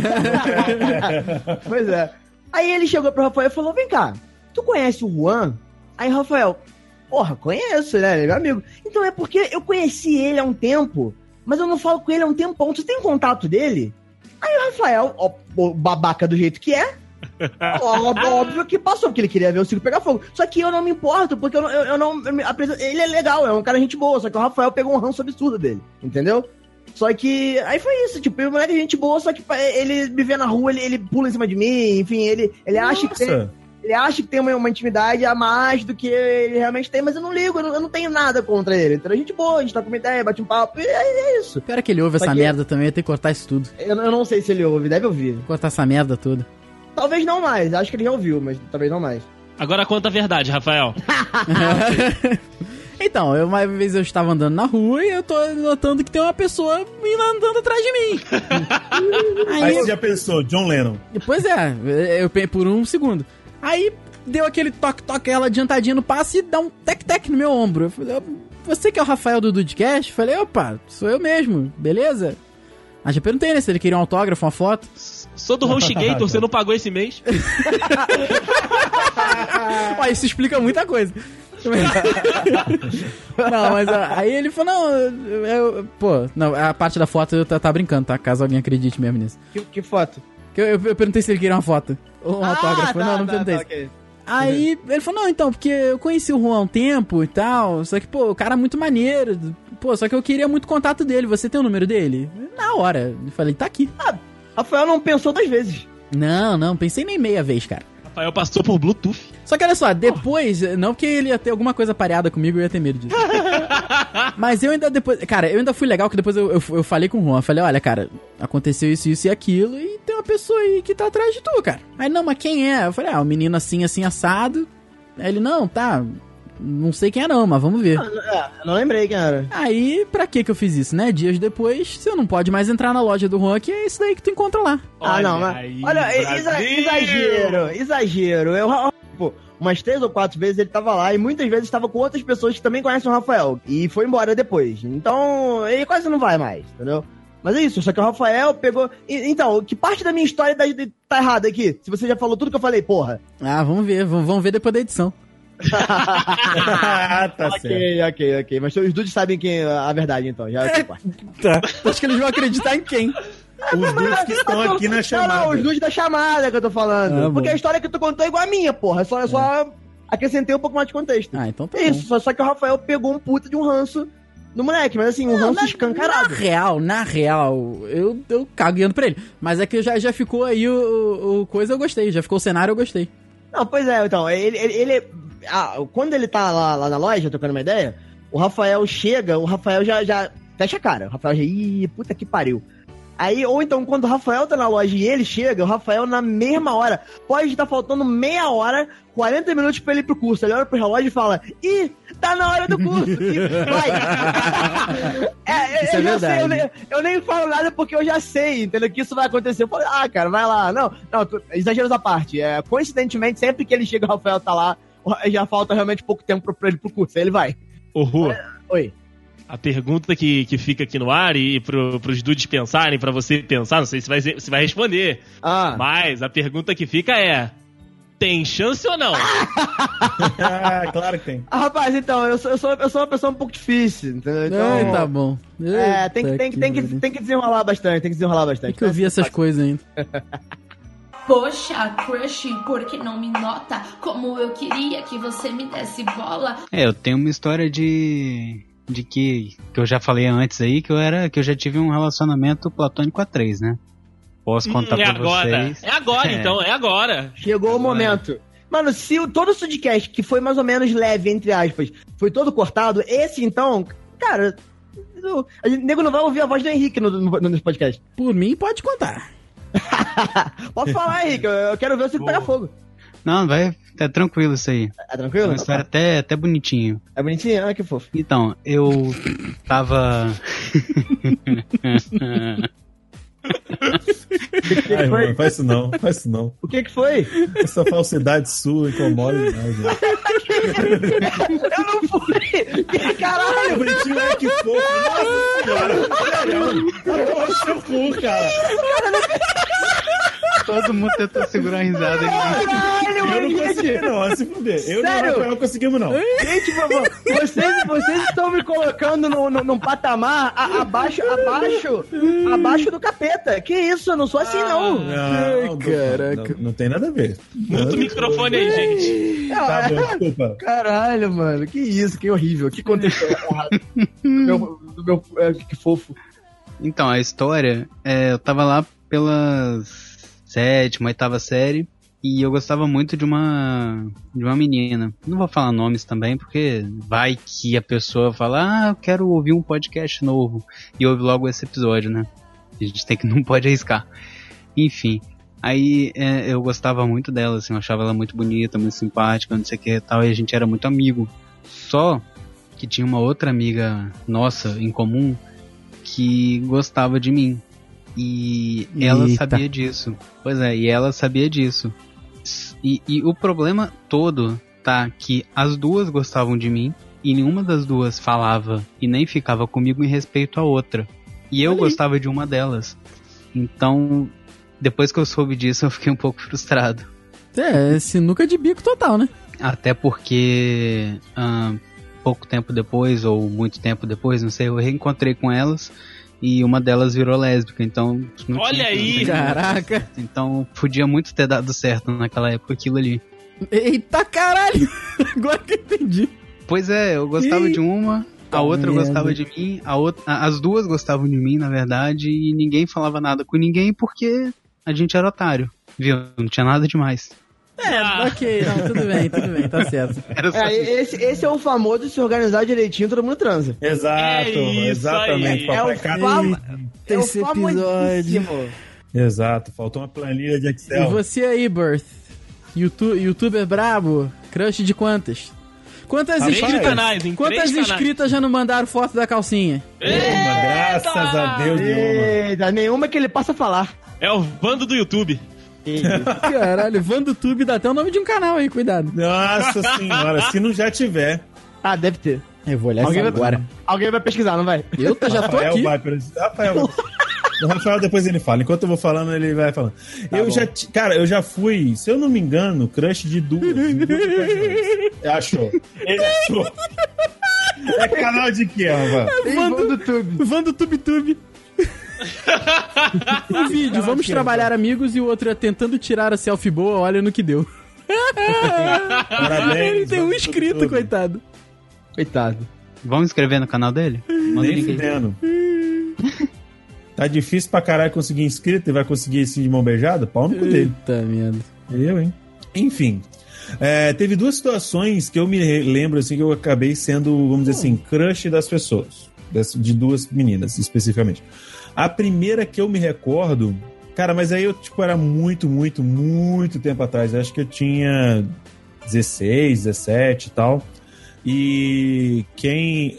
Pois é. Aí ele chegou pro Rafael e falou, vem cá, tu conhece o Juan? Aí Rafael, porra, conheço, né, ele é meu amigo. Então é porque eu conheci ele há um tempo, mas eu não falo com ele há um tempão. Tu tem contato dele? Aí o Rafael, ó, o babaca do jeito que é, óbvio, óbvio que passou, porque ele queria ver o circo pegar fogo. Só que eu não me importo, porque eu não... Eu, eu não eu me, ele é legal, é um cara gente boa, só que o Rafael pegou um ranço absurdo dele, entendeu? Só que... Aí foi isso, tipo, o moleque é gente boa, só que ele me vê na rua, ele, ele pula em cima de mim, enfim, ele, ele acha que tem... Ele acha que tem uma, uma intimidade a mais do que ele realmente tem, mas eu não ligo, eu não, eu não tenho nada contra ele. Então a gente boa, a gente tá com uma ideia, bate um papo, e é, é isso. Pior é que ele ouve Só essa que... merda também, ia ter que cortar isso tudo. Eu, eu não sei se ele ouve, deve ouvir. Cortar essa merda toda. Talvez não mais, acho que ele já ouviu, mas talvez não mais. Agora conta a verdade, Rafael. Então, eu, uma vez eu estava andando na rua e eu tô notando que tem uma pessoa indo andando atrás de mim. Aí, Aí você já pensou, John Lennon. Pois é, eu pensei por um segundo. Aí deu aquele toque-toque, ela adiantadinha no passe e dá um tec-tec no meu ombro. Eu falei, você que é o Rafael do Dudecast? Eu falei, opa, sou eu mesmo, beleza? Aí já perguntei, né, se ele queria um autógrafo, uma foto. Sou do HostGator, você não pagou esse mês? Ó, isso explica muita coisa. Não, mas aí ele falou, não, eu, eu, pô, não, a parte da foto eu tá, tá brincando, tá? Caso alguém acredite mesmo nisso. Que, que foto? Eu, eu, eu perguntei se ele queria uma foto. Ou um ah, autógrafo. Tá, não, não tá, perguntei. Tá, okay. Aí ele falou, não, então, porque eu conheci o Juan há um tempo e tal, só que, pô, o cara é muito maneiro, pô, só que eu queria muito contato dele, você tem o número dele? Na hora. Eu falei, tá aqui. Ah, Rafael não pensou duas vezes. Não, não, pensei nem meia vez, cara. Rafael passou por Bluetooth. Só que olha só, depois, oh. não que ele ia ter alguma coisa pareada comigo, eu ia ter medo disso. Mas eu ainda depois, cara, eu ainda fui legal que depois eu, eu, eu falei com o Juan, eu falei, olha, cara, aconteceu isso, isso e aquilo, e tem uma pessoa aí que tá atrás de tu, cara. Aí, não, mas quem é? Eu falei, ah, um menino assim, assim, assado. Aí ele, não, tá, não sei quem é não, mas vamos ver. Ah, eu não lembrei quem era. Aí, pra que que eu fiz isso, né? Dias depois, você não pode mais entrar na loja do Juan, que é isso daí que tu encontra lá. Ah, olha não, mas... Aí, olha, exa exagero, exagero. Eu, pô, umas três ou quatro vezes ele tava lá e muitas vezes estava com outras pessoas que também conhecem o Rafael. E foi embora depois. Então, ele quase não vai mais, entendeu? Mas é isso, só que o Rafael pegou... Então, que parte da minha história tá errada aqui? Se você já falou tudo que eu falei, porra. Ah, vamos ver, vamos ver depois da edição. Ah, tá ok, certo. ok, ok. Mas os dudes sabem quem a verdade, então. Já é, tá. Acho que eles vão acreditar em quem? Os dudes que estão aqui na chamada. Não, não, os dudes da chamada que eu tô falando. Ah, porque bom. A história que tu contou é igual a minha, porra. É só, é só acrescentei um pouco mais de contexto. Ah, então tá isso, só, só que o Rafael pegou um puta de um ranço no moleque, mas assim, um não, ranço na, escancarado. Na real, na real, eu, eu cago guiando pra ele. Mas é que já, já ficou aí o, o coisa, eu gostei. Já ficou o cenário, eu gostei. Não, pois é, então, ele... ele, ele ah, quando ele tá lá, lá na loja, trocando uma ideia, o Rafael chega, o Rafael já, já fecha a cara. O Rafael já, ih, puta que pariu. Aí, ou então, quando o Rafael tá na loja e ele chega, o Rafael, na mesma hora, pode estar faltando meia hora, quarenta minutos pra ele ir pro curso. Ele olha pro relógio e fala, ih, tá na hora do curso. E vai. é, isso eu é já verdade. sei, eu nem, eu nem falo nada porque eu já sei, entendeu? Que isso vai acontecer. Eu falo, ah, cara, vai lá. Não, não, tu, exageros à parte. É, coincidentemente, sempre que ele chega, o Rafael tá lá, já falta realmente pouco tempo pra ele ir pro curso. Aí ele vai. Ô, Rua. Oi. A pergunta que, que fica aqui no ar e pro, pros dudes pensarem, pra você pensar, não sei se vai, se vai responder. Ah. Mas a pergunta que fica é: tem chance ou não? Ah, claro que tem. Ah, rapaz, então, eu sou, eu, sou, eu sou uma pessoa um pouco difícil, entendeu? Então, Ai, tá bom. É, tem, que- Eita tem, que- tem, que, pariu. tem que desenrolar bastante, tem que desenrolar bastante. Tem que ouvir essas coisas ainda. Poxa, crush, por que não me nota? Como eu queria que você me desse bola. É, eu tenho uma história de. de que. que eu já falei antes aí, que eu era. que eu já tive um relacionamento platônico a três, né? Posso contar Hum, é pra agora. vocês. É agora, É. então, é agora. Chegou o momento. Mano, se o, todo o Sudcast, que foi mais ou menos leve, entre aspas, foi todo cortado, esse então, cara, o a gente- nego não vai ouvir a voz do Henrique no, no, no podcast. Por mim, pode contar. Pode falar, Henrique, eu, eu quero ver você pegar fogo. Não, vai. Tá tranquilo isso aí. É É tranquilo? uma história até, até bonitinho. É bonitinho? Ah, que fofo. Então, eu tava. Ai, mano, faz isso não, faz isso não. O que que foi? Essa falsidade sua incomoda demais, gente. Eu não fui! Caralho! Bonitinho é que fofo. Nossa senhora. Sério. Vai tomar seu cu, cara. Todo mundo tentou segurar a risada ali. Caralho, Eu não Henrique! consegui não, vai se fuder. Eu Sério? e o Rafael conseguimos não. Gente, por favor, vocês, vocês estão me colocando no, no, num patamar a- abaixo, abaixo, abaixo do capeta. Que isso? Eu não sou assim, não. Não, não, Caraca. não, não tem nada a ver. Muta o microfone aí, gente. Tá bom, desculpa. Caralho, mano, que isso, que horrível, que contexto errado. meu, do meu, é, que fofo. Então, a história, é, eu tava lá pelas sétima, oitava série e eu gostava muito de uma de uma menina. Não vou falar nomes também, porque vai que a pessoa fala, ah, eu quero ouvir um podcast novo e ouve logo esse episódio, né? A gente tem que não pode arriscar. Enfim, aí é, eu gostava muito dela, assim, eu achava ela muito bonita, muito simpática, não sei o que e tal, e a gente era muito amigo. Só que tinha uma outra amiga nossa em comum que gostava de mim. E ela Eita. sabia disso. Pois é, e ela sabia disso. E, e o problema todo tá que as duas gostavam de mim e nenhuma das duas falava e nem ficava comigo em respeito à outra. E eu Olha aí. gostava de uma delas. Então, depois que eu soube disso, eu fiquei um pouco frustrado. É, sinuca de bico total, né? Até porque ah, pouco tempo depois, ou muito tempo depois, não sei, eu reencontrei com elas e uma delas virou lésbica, então... não Olha tinha- aí! não tem- Caraca. Então podia muito ter dado certo naquela época aquilo ali. Eita caralho! Agora que eu entendi. Pois é, eu gostava Ih, de uma, a tá outra merda. gostava de mim, a outra, a- as duas gostavam de mim, na verdade, e ninguém falava nada com ninguém porque a gente era otário, viu? Não tinha nada demais. É, Ah. ok, não, tudo bem, tudo bem, tá certo. Era só É, isso. esse, esse é o famoso se organizar direitinho, todo mundo transa. Exato, É isso exatamente. aí. É Papai o Cá- famo- é o esse episódio. famosíssimo. Exato, faltou uma planilha de E Excel. você aí, Birth? YouTube, YouTuber brabo? Crush de quantas? Quantas Rapaz, inscritas? canais, em Quantas três canais. inscritas já não mandaram foto da calcinha? Uma, graças a Deus, nenhuma. Eita, nenhuma que ele possa falar. É o bando do YouTube. Caralho, VandoTube dá até o nome de um canal aí, cuidado. Nossa senhora, se não já tiver. Ah, deve ter. Eu vou olhar Alguém isso vai, agora. alguém vai pesquisar, não vai? Eu tô- já tô Rafael aqui. vai, pelo- Rafael, o Rafael depois ele fala. Enquanto eu vou falando, ele vai falando. eu bom. já, ti- cara, eu já fui, se eu não me engano, crush de duas. de duas pessoas. Achou? Ele achou. É canal de quê, Rafael? Tem Vando- do YouTube. VandoTube. Um vídeo, vamos que trabalhar amigos e o outro é tentando tirar a selfie boa, olha no que deu. Parabéns. Ele tem um vamos inscrito, tudo. coitado. Coitado. Vamos inscrever no canal dele? Manda o Nem link aí. fudendo. Tá difícil pra caralho conseguir inscrito e vai conseguir esse de mão beijada? Pau no cu dele. Eita merda. Eu, hein? Enfim. É, teve duas situações que eu me lembro assim que eu acabei sendo, vamos dizer assim, crush das pessoas. de duas meninas, especificamente. A primeira que eu me recordo... Cara, mas aí eu, tipo, era muito, muito, muito tempo atrás. Eu acho que eu tinha dezesseis, dezessete e tal. E quem...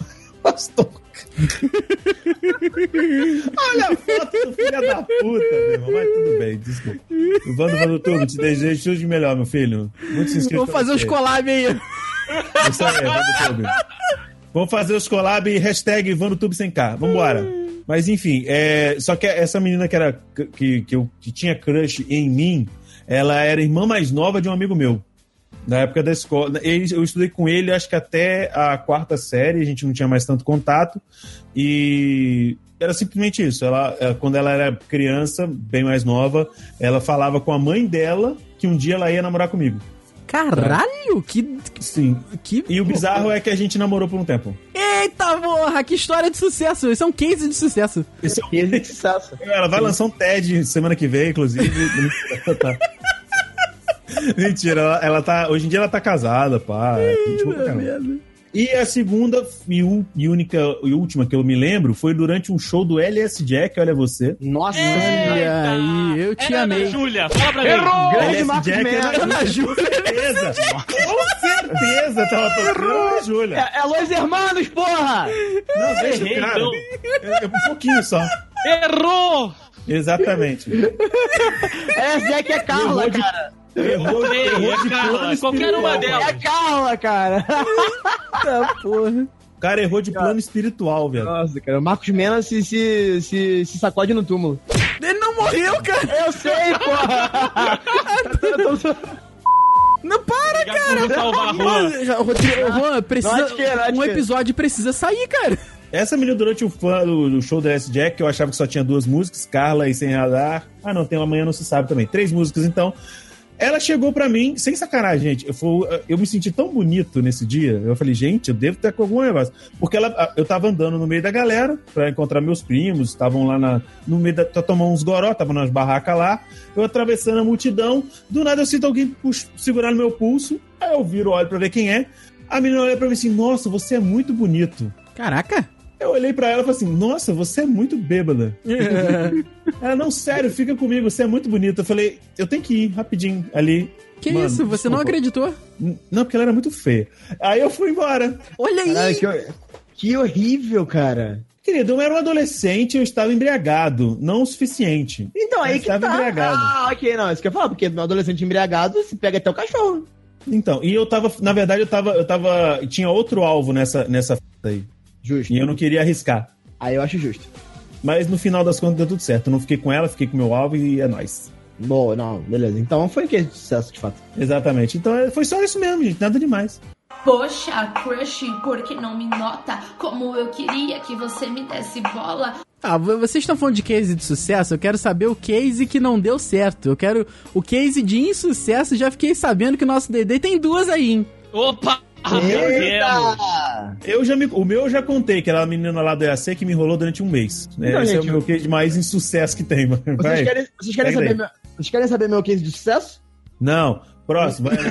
Olha a foto do filho da puta, meu irmão. Mas tudo bem, desculpa. O Vando Vando Tubo, te desejo tudo de melhor, meu filho. Muito se inscrito. Vamos fazer os collab aí. Isso aí, Vando Tubo. Vamos fazer os collab e hashtag Vando Tubo sem K. Vambora. Mas enfim, é... só que essa menina que, era, que, que, eu, que tinha crush em mim, ela era irmã mais nova de um amigo meu. Na época da escola. Eu estudei com ele, acho que até a quarta série, a gente não tinha mais tanto contato. E era simplesmente isso. Ela, quando ela era criança, bem mais nova, ela falava com a mãe dela que um dia ela ia namorar comigo. Caralho, que... Sim. Que... E o bizarro é que a gente namorou por um tempo. Eita porra, que história de sucesso. Isso é um case de sucesso. Esse é um case de sucesso. Ela vai lançar um TED semana que vem, inclusive. Tá. Mentira, ela, ela tá. Hoje em dia ela tá casada, pá. Ai, e a segunda e, u, e única e última que eu me lembro foi durante um show do L S Jack, olha você. Nossa, olha aí, eu te era amei. Da Júlia, fala pra mim. Errou! L S Jack era da Júlia. Com certeza. Com certeza tava tocando a Júlia. É, é Los Hermanos, porra! Não, deixa o cara. Então. É, é um pouquinho só. Errou! Exatamente. L S Jack é Carla, de... cara. Errou, Ei, errou é de Carla, plano qualquer uma espiritual. delas. É Carla, cara. Eita porra. O cara errou de plano espiritual, velho. Nossa, cara. O Marcos Mena se, se, se, se sacode no túmulo. Ele não morreu, cara. Eu sei, porra. Não, para, cara. Salvar a Mano, Juan. já- Rodrigo, Juan, precisa, Not que, not um que. episódio precisa sair, cara. Essa menina, durante o, fã, o, o show da S Jack, eu achava que só tinha duas músicas, Carla e Sem Radar. Ah, não, tem uma Amanhã Não Se Sabe também. Três músicas, então. Ela chegou pra mim, sem sacanagem, gente. Eu, fui, eu me senti tão bonito nesse dia. Eu falei, gente, eu devo ter com algum negócio. Porque ela, eu tava andando no meio da galera pra encontrar meus primos. Estavam lá na, no meio da... tomando uns goró, estavam nas barracas lá. Eu atravessando a multidão. Do nada eu sinto alguém pux, segurar no meu pulso. Aí eu viro, olho pra ver quem é. A menina olha pra mim assim, nossa, você é muito bonito. Caraca. Eu olhei pra ela e falei assim, nossa, você é muito bêbada. Ela, não, sério, fica comigo, você é muito bonita. Eu falei, eu tenho que ir rapidinho ali. Que Mano, isso? Você não desculpa. acreditou? Não, porque ela era muito feia. Aí eu fui embora. Olha aí. Caralho, que, que horrível, cara. Querido, eu era um adolescente e eu estava embriagado. Não o suficiente. Então, aí Eu que estava tá. embriagado. Ah, ok, não, isso que eu ia falar, porque no adolescente embriagado se pega até o cachorro. Então, e eu tava, na verdade, eu tava, eu tava, tinha outro alvo nessa, nessa f*** aí. Justo. E eu não queria arriscar. Aí eu acho justo. Mas no final das contas deu tudo certo. Eu não fiquei com ela, fiquei com o meu alvo e é nóis. Bom, não, beleza. Então foi um case de sucesso, de fato. Exatamente. Então é, foi só isso mesmo, gente. Nada demais. Poxa, crush, por que não me nota? Como eu queria que você me desse bola. Ah, vocês estão falando de case de sucesso? Eu quero saber o case que não deu certo. Eu quero o case de insucesso. Já fiquei sabendo que o nosso D D tem duas aí, hein? Opa! Ah, meu Deus! Eita! Eu já me, o meu eu já contei, que era a menina lá do E A C que me enrolou durante um mês. Né? Então, Esse gente, é o meu case de mais insucesso que tem, mano. Vocês Vai. querem, vocês, querem Pega saber daí. meu, vocês querem saber meu case de sucesso? Não. Próximo. Vai.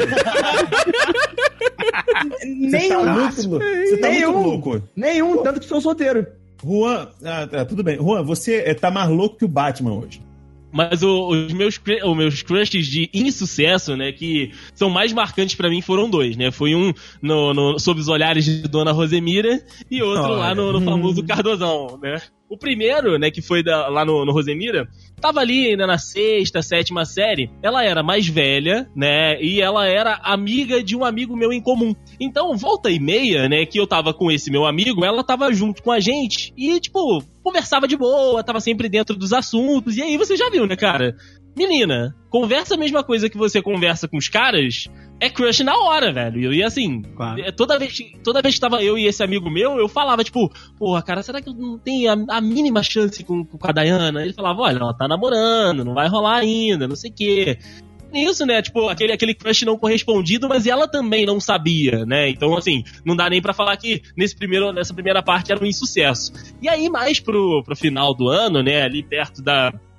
Você Nenhum. tá muito, lou- você tá Nenhum. muito louco. Nenhum, tanto que sou solteiro. Juan, ah, tá, tudo bem. Juan, você é, tá mais louco que o Batman hoje. Mas o- os, meus, cr- os meus crushes de insucesso, né, que são mais marcantes pra mim, foram dois, né? Foi um no, no- sob os olhares de Dona Rosemira e outro Olha. lá no, no famoso Cardozão, né? O primeiro, né, que foi da- lá no, no Rosemira, tava ali ainda na sexta, sétima série. Ela era mais velha, né, e ela era amiga de um amigo meu em comum. Então, volta e meia, né, que eu tava com esse meu amigo, ela tava junto com a gente e, tipo, conversava de boa, tava sempre dentro dos assuntos. E aí você já viu, né, cara? Menina, conversa a mesma coisa que você conversa com os caras, é crush na hora, velho. E assim, Claro. é, toda vez, que- toda vez que tava eu e esse amigo meu, eu falava, tipo, porra, cara, será que eu não tenho a, a mínima chance com, com a Dayana? Ele falava, olha, ela tá namorando, não vai rolar ainda, não sei o quê. Isso, né, tipo, aquele, aquele crush não correspondido, mas ela também não sabia, né, então, assim, não dá nem pra falar que nesse primeiro, nessa primeira parte era um insucesso. E aí, mais pro, pro final do ano, né, ali perto da,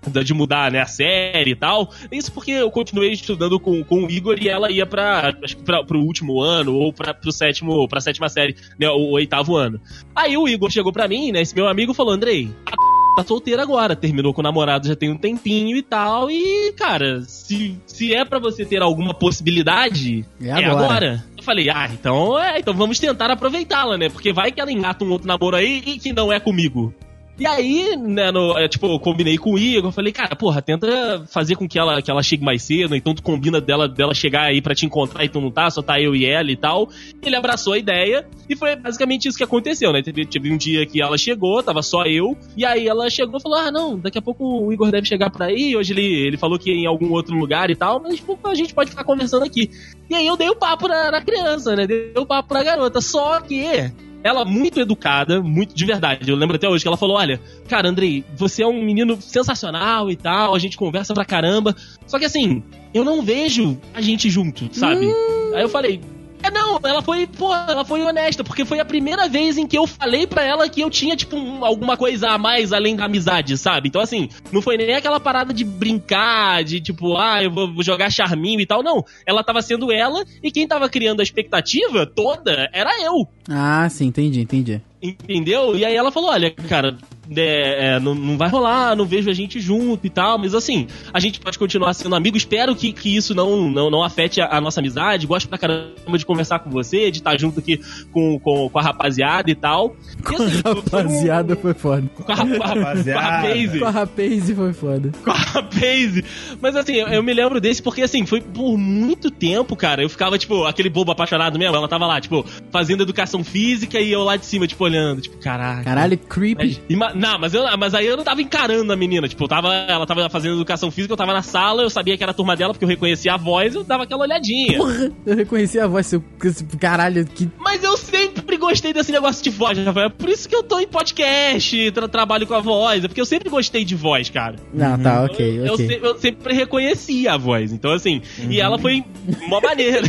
de mudar, né, a série e tal. Isso porque eu continuei estudando com, com o Igor e ela ia pra, acho que pra, pro último ano ou pra, pro sétimo, pra sétima série, né, o, o oitavo ano. Aí o Igor chegou pra mim, né, esse meu amigo falou, Andrei, a tá solteira agora, terminou com o namorado já tem um tempinho e tal, e, cara, se, se é pra você ter alguma possibilidade, é agora. É agora. Eu falei, ah, então, é, então vamos tentar aproveitá-la, né, porque vai que ela engata um outro namoro aí e que não é comigo. E aí, né, no, é, tipo, eu combinei com o Igor, falei, cara, porra, tenta fazer com que ela, que ela chegue mais cedo, então tu combina dela, dela chegar aí pra te encontrar e tu não tá, só tá eu e ela e tal. Ele abraçou a ideia e foi basicamente isso que aconteceu, né? Teve, teve um dia que ela chegou, tava só eu, e aí ela chegou e falou, ah, não, daqui a pouco o Igor deve chegar por aí, hoje ele, ele falou que ia em algum outro lugar e tal, mas tipo, a gente pode ficar conversando aqui. E aí eu dei o papo na, na criança, né? Dei o papo pra garota, só que... ela muito educada, muito de verdade. Eu lembro até hoje que ela falou, olha, cara, Andrei, você é um menino sensacional e tal, a gente conversa pra caramba. Só que assim, eu não vejo a gente junto, sabe? Hum. Aí eu falei... É, não, ela foi, pô, ela foi honesta, porque foi a primeira vez em que eu falei pra ela que eu tinha, tipo, um, alguma coisa a mais além da amizade, sabe? Então, assim, não foi nem aquela parada de brincar, de, tipo, ah, eu vou, vou jogar charminho e tal, não. Ela tava sendo ela, e quem tava criando a expectativa toda era eu. Ah, sim, entendi, entendi. Entendeu? E aí ela falou, olha, cara, é, é, não, não vai rolar, não vejo a gente junto e tal, mas assim, a gente pode continuar sendo amigo, espero que, que isso não, não, não afete a, a nossa amizade, gosto pra caramba de conversar com você, de estar junto aqui com, com, com a rapaziada e tal. Com e, assim, a rapaziada foi, um... foi foda. Com a, com a, com a rapaze. Com a rapaze foi foda. Com a rapaze. Mas assim, eu, eu me lembro desse porque assim, foi por muito tempo, cara, eu ficava tipo, aquele bobo apaixonado mesmo, ela tava lá, tipo, fazendo educação física e eu lá de cima, tipo, olhando, tipo, caraca. Caralho, creepy. Mas, não, mas, eu, mas aí eu não tava encarando a menina, tipo, eu tava, ela tava fazendo educação física, eu tava na sala, eu sabia que era a turma dela, porque eu reconhecia a voz, eu dava aquela olhadinha. Porra, eu reconhecia a voz, seu, caralho, que... Mas eu sempre gostei desse negócio de voz, Rafael, por isso que eu tô em podcast, tra trabalho com a voz, é porque eu sempre gostei de voz, cara. Não, uhum. Tá, ok, eu, ok. Eu, eu sempre reconhecia a voz, então assim, uhum. E ela foi mó maneira.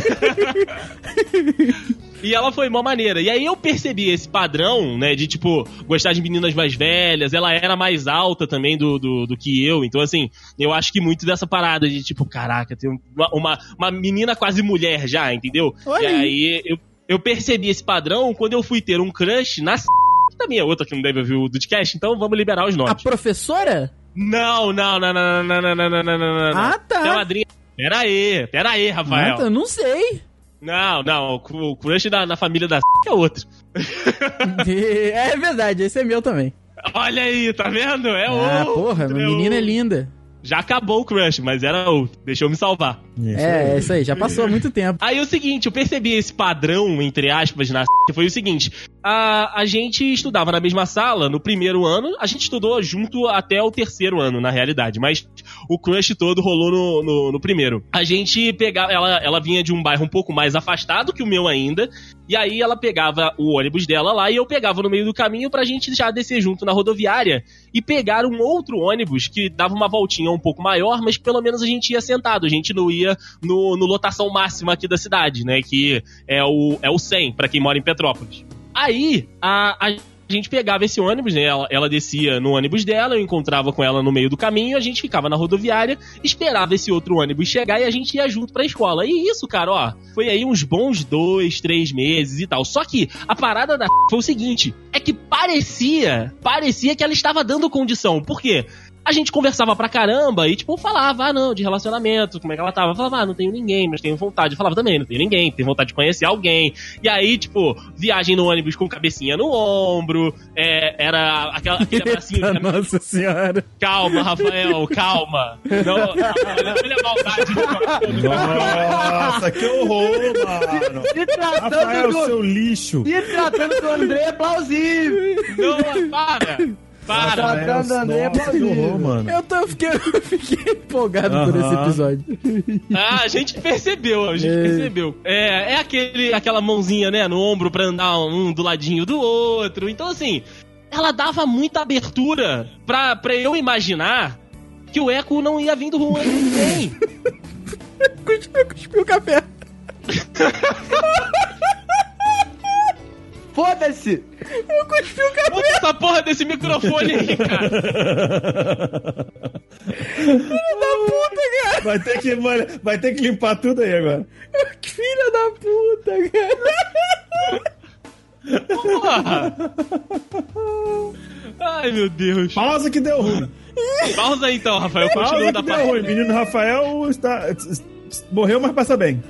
E ela foi mó maneira. E aí eu percebi esse padrão, né, de, tipo, gostar de meninas mais velhas. Ela era mais alta também do, do, do que eu. Então, assim, eu acho que muito dessa parada de, tipo, caraca, tem uma, uma, uma menina quase mulher já, entendeu? Oi. E aí eu, eu percebi esse padrão quando eu fui ter um crush na c... que também é outra que não deve ouvir o Dudcast, então vamos liberar os nomes. A professora? Não, não, não, não, não, não, não, não, não, não. Ah, tá. Minha madrinha... Pera aí, pera aí, Rafael. Ah, tá, não sei. Não, não, o crush da, na família da c... é outro. É verdade, esse é meu também. Olha aí, tá vendo? É ah, outro. Ah, porra, minha menina é linda. Já acabou o crush, mas era outro. Deixa eu me salvar. Isso é, é isso aí, já passou há muito tempo. Aí é o seguinte, eu percebi esse padrão, entre aspas, na c... que foi o seguinte. A, a gente estudava na mesma sala no primeiro ano, a gente estudou junto até o terceiro ano, na realidade, mas o crush todo rolou no, no, no primeiro. A gente pegava, ela, ela vinha de um bairro um pouco mais afastado que o meu ainda, e aí ela pegava o ônibus dela lá e eu pegava no meio do caminho pra gente já descer junto na rodoviária e pegar um outro ônibus que dava uma voltinha um pouco maior, mas pelo menos a gente ia sentado, a gente não ia no, no lotação máxima aqui da cidade, né, que é o, é o cem, pra quem mora em Petrópolis. Aí, a, a gente pegava esse ônibus, né? Ela, ela descia no ônibus dela, eu encontrava com ela no meio do caminho, a gente ficava na rodoviária, esperava esse outro ônibus chegar e a gente ia junto pra escola. E isso, cara, ó, foi aí uns bons dois, três meses e tal. Só que a parada da foi o seguinte, é que parecia, parecia que ela estava dando condição. Por quê? A gente conversava pra caramba e, tipo, falava, ah, não, de relacionamento, como é que ela tava? Eu falava, ah, não tenho ninguém, mas tenho vontade. Eu falava também, não tenho ninguém, tenho vontade de conhecer alguém. E aí, tipo, viagem no ônibus com cabecinha no ombro, é, era aquela, aquele abracinho... de... Nossa senhora. Calma, Rafael, calma. Não, Rafael, olha a maldade. Nossa, que horror, mano. Se tratando Rafael, do... seu lixo. Se tratando do André é plausível. Não, para. Para, tratando André é plausível, mano. Eu, tô, eu, fiquei, eu fiquei empolgado uh-huh. por esse episódio. Ah, a gente percebeu, a gente é. percebeu. É, é aquele, aquela mãozinha, né, no ombro pra andar um do ladinho do outro. Então, assim, ela dava muita abertura pra, pra eu imaginar que o eco não ia vindo ruim ninguém. Eu cuspi o café. Foda-se! Eu cuspi o café! Bota essa porra desse microfone aí, cara! Filha da puta, cara. Vai ter que, mano, vai ter que limpar tudo aí agora. Que filha da puta, cara. Porra. Ai, meu Deus. Pausa que deu ruim. Pausa aí então, Rafael. Continua Pausa da que deu parte. ruim. Menino Rafael está... morreu, mas passa bem.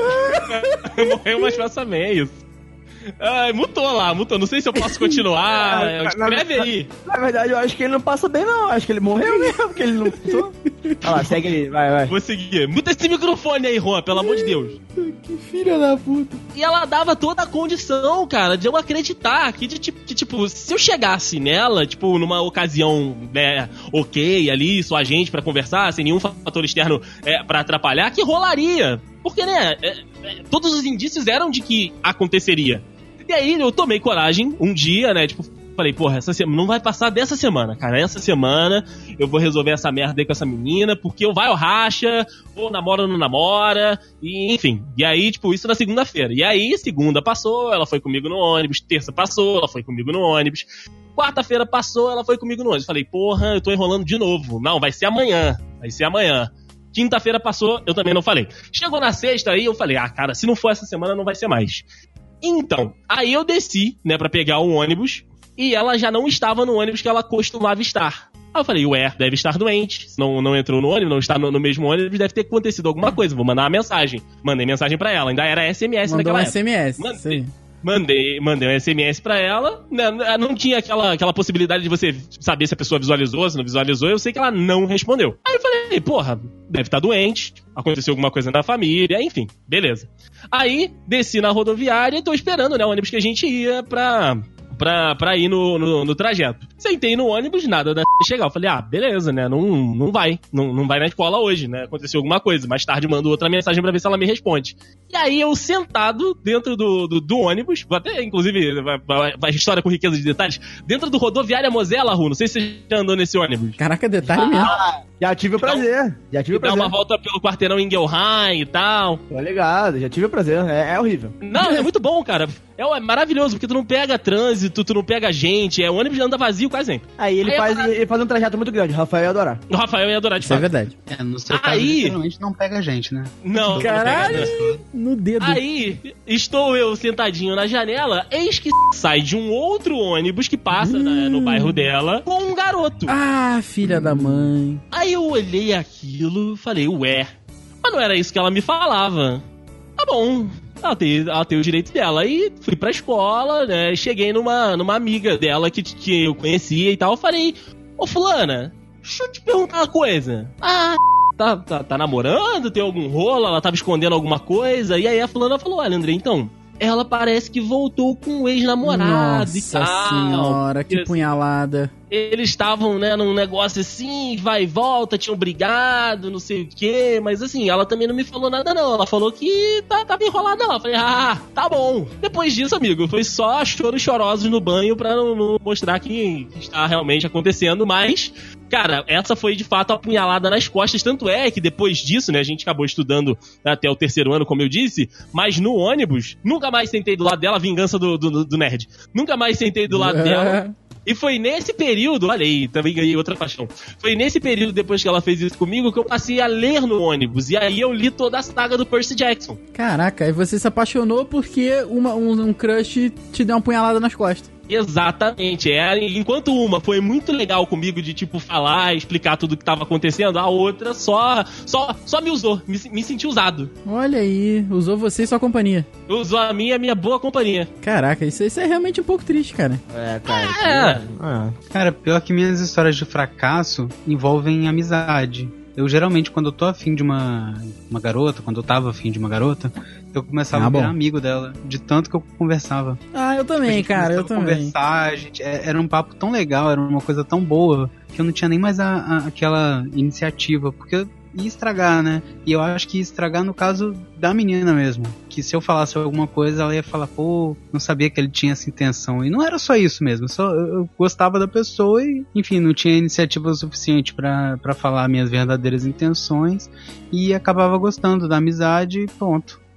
Morreu, mas passa bem, é isso. Ai, mutou lá, mutou. Não sei se eu posso continuar. É, Escreve na, aí. Na verdade, eu acho que ele não passa bem, não. Acho que ele morreu mesmo, porque ele não passou. Olha lá, segue aí, vai, vai. Vou seguir. Muta esse microfone aí, Juan, pelo amor de Deus. Que filha da puta. E ela dava toda a condição, cara, de eu acreditar que, de, que, tipo, se eu chegasse nela, tipo, numa ocasião, né, ok, ali, só a gente pra conversar, sem nenhum fator externo é, pra atrapalhar, que rolaria. Porque, né, é, é, todos os indícios eram de que aconteceria. E aí eu tomei coragem um dia, né, tipo, falei, porra, essa semana não vai passar dessa semana, cara. Essa semana eu vou resolver essa merda aí com essa menina, porque ou vai ou racha, ou namora ou não namora, e enfim. E aí, tipo, isso na segunda-feira. E aí, segunda passou, ela foi comigo no ônibus. Terça passou, ela foi comigo no ônibus. Quarta-feira passou, ela foi comigo no ônibus. Falei, porra, eu tô enrolando de novo. Não, vai ser amanhã. Vai ser amanhã. Quinta-feira passou, eu também não falei. Chegou na sexta aí, eu falei, ah, cara, se não for essa semana, não vai ser mais. Então, aí eu desci, né, pra pegar o ônibus, e ela já não estava no ônibus que ela costumava estar. Aí eu falei, ué, deve estar doente, não, não entrou no ônibus, não está no, no mesmo ônibus, deve ter acontecido alguma coisa, vou mandar uma mensagem. Mandei mensagem pra ela, ainda era S M S Mandou naquela um época. S M S, Mandei, sim. mandei, mandei um S M S pra ela, né, não tinha aquela, aquela possibilidade de você saber se a pessoa visualizou, se não visualizou, eu sei que ela não respondeu. Aí eu falei, porra, deve estar doente, aconteceu alguma coisa na família, enfim, beleza. Aí, desci na rodoviária e tô esperando, né, o ônibus que a gente ia pra... Pra, pra ir no, no, no trajeto. Sentei no ônibus, nada da chegar. Eu falei, ah, beleza, né? Não, não vai. Não, não vai na escola hoje, né? Aconteceu alguma coisa. Mais tarde mando outra mensagem pra ver se ela me responde. E aí eu sentado dentro do, do, do ônibus, vou até, inclusive, a história com riqueza de detalhes, dentro do rodoviária Mosela, Ru, não sei se você já andou nesse ônibus. Caraca, detalhe mesmo. Ah, já tive o prazer. Já tive o Dá prazer. uma volta pelo quarteirão em Ingelheim e tal. Tô ligado, já tive o prazer. É, é horrível. Não, é muito bom, cara. É, é maravilhoso, porque tu não pega trânsito, tu não pega gente, é, o ônibus anda vazio quase sempre. Aí ele, Aí faz, eu- ele faz um trajeto muito grande, o Rafael ia adorar. O Rafael ia adorar de Isso é fato. verdade. É, no seu caso, Aí- literalmente não pega a gente, né? Não, Caralho. não pega. No dedo. Aí, estou eu sentadinho na janela, eis que sai de um outro ônibus que passa né, no bairro dela com um garoto. Ah, filha da mãe. Aí eu olhei aquilo e falei, ué, mas não era isso que ela me falava. Tá bom, ela tem, ela tem o direito dela. Aí fui pra escola, né, cheguei numa, numa amiga dela que, que eu conhecia e tal, eu falei, ô fulana, deixa eu te perguntar uma coisa. Ah, tá, tá, tá namorando, tem algum rolo, ela tava escondendo alguma coisa. E aí a fulana falou, olha André, então, ela parece que voltou com o ex-namorado e Nossa tal. senhora, que Isso. punhalada. Eles estavam, né, num negócio assim, vai e volta, tinham brigado, não sei o quê, mas assim, ela também não me falou nada não, ela falou que tá, tava enrolada não, eu falei, ah, tá bom. Depois disso, amigo, foi só choros chorosos no banho pra não, não mostrar que está realmente acontecendo, mas, cara, essa foi de fato a punhalada nas costas, tanto é que depois disso, né, a gente acabou estudando até o terceiro ano, como eu disse, mas no ônibus, nunca mais sentei do lado dela, vingança do, do, do nerd, nunca mais sentei do lado dela. E foi nesse período, olha aí, também ganhei outra paixão. Foi nesse período, depois que ela fez isso comigo, que eu passei a ler no ônibus. E aí eu li toda a saga do Percy Jackson. Caraca, aí você se apaixonou porque uma, um, um crush te deu uma punhalada nas costas. Exatamente. É, enquanto uma foi muito legal comigo de, tipo, falar, explicar tudo o que tava acontecendo, a outra só, só, só me usou, me, me senti usado. Olha aí, usou você e sua companhia. Usou a minha, a minha boa companhia. Caraca, isso, isso é realmente um pouco triste, cara. É, cara. É. Ah. Cara, pior que minhas histórias de fracasso envolvem amizade. Eu geralmente, quando eu tô afim de uma, uma garota, quando eu tava afim de uma garota, eu começava Ah, a virar bom. amigo dela, de tanto que eu conversava. Ah, eu A também, gente cara, eu começava a também. conversar, a gente, é- era um papo tão legal, era uma coisa tão boa, que eu não tinha nem mais a, a- aquela iniciativa, porque eu ia estragar, né? E eu acho que ia estragar no caso da menina mesmo. Que se eu falasse alguma coisa, ela ia falar, pô, não sabia que ele tinha essa intenção. E não era só isso mesmo, só eu, eu gostava da pessoa e, enfim, não tinha iniciativa o suficiente pra pra falar minhas verdadeiras intenções e acabava gostando da amizade e pronto.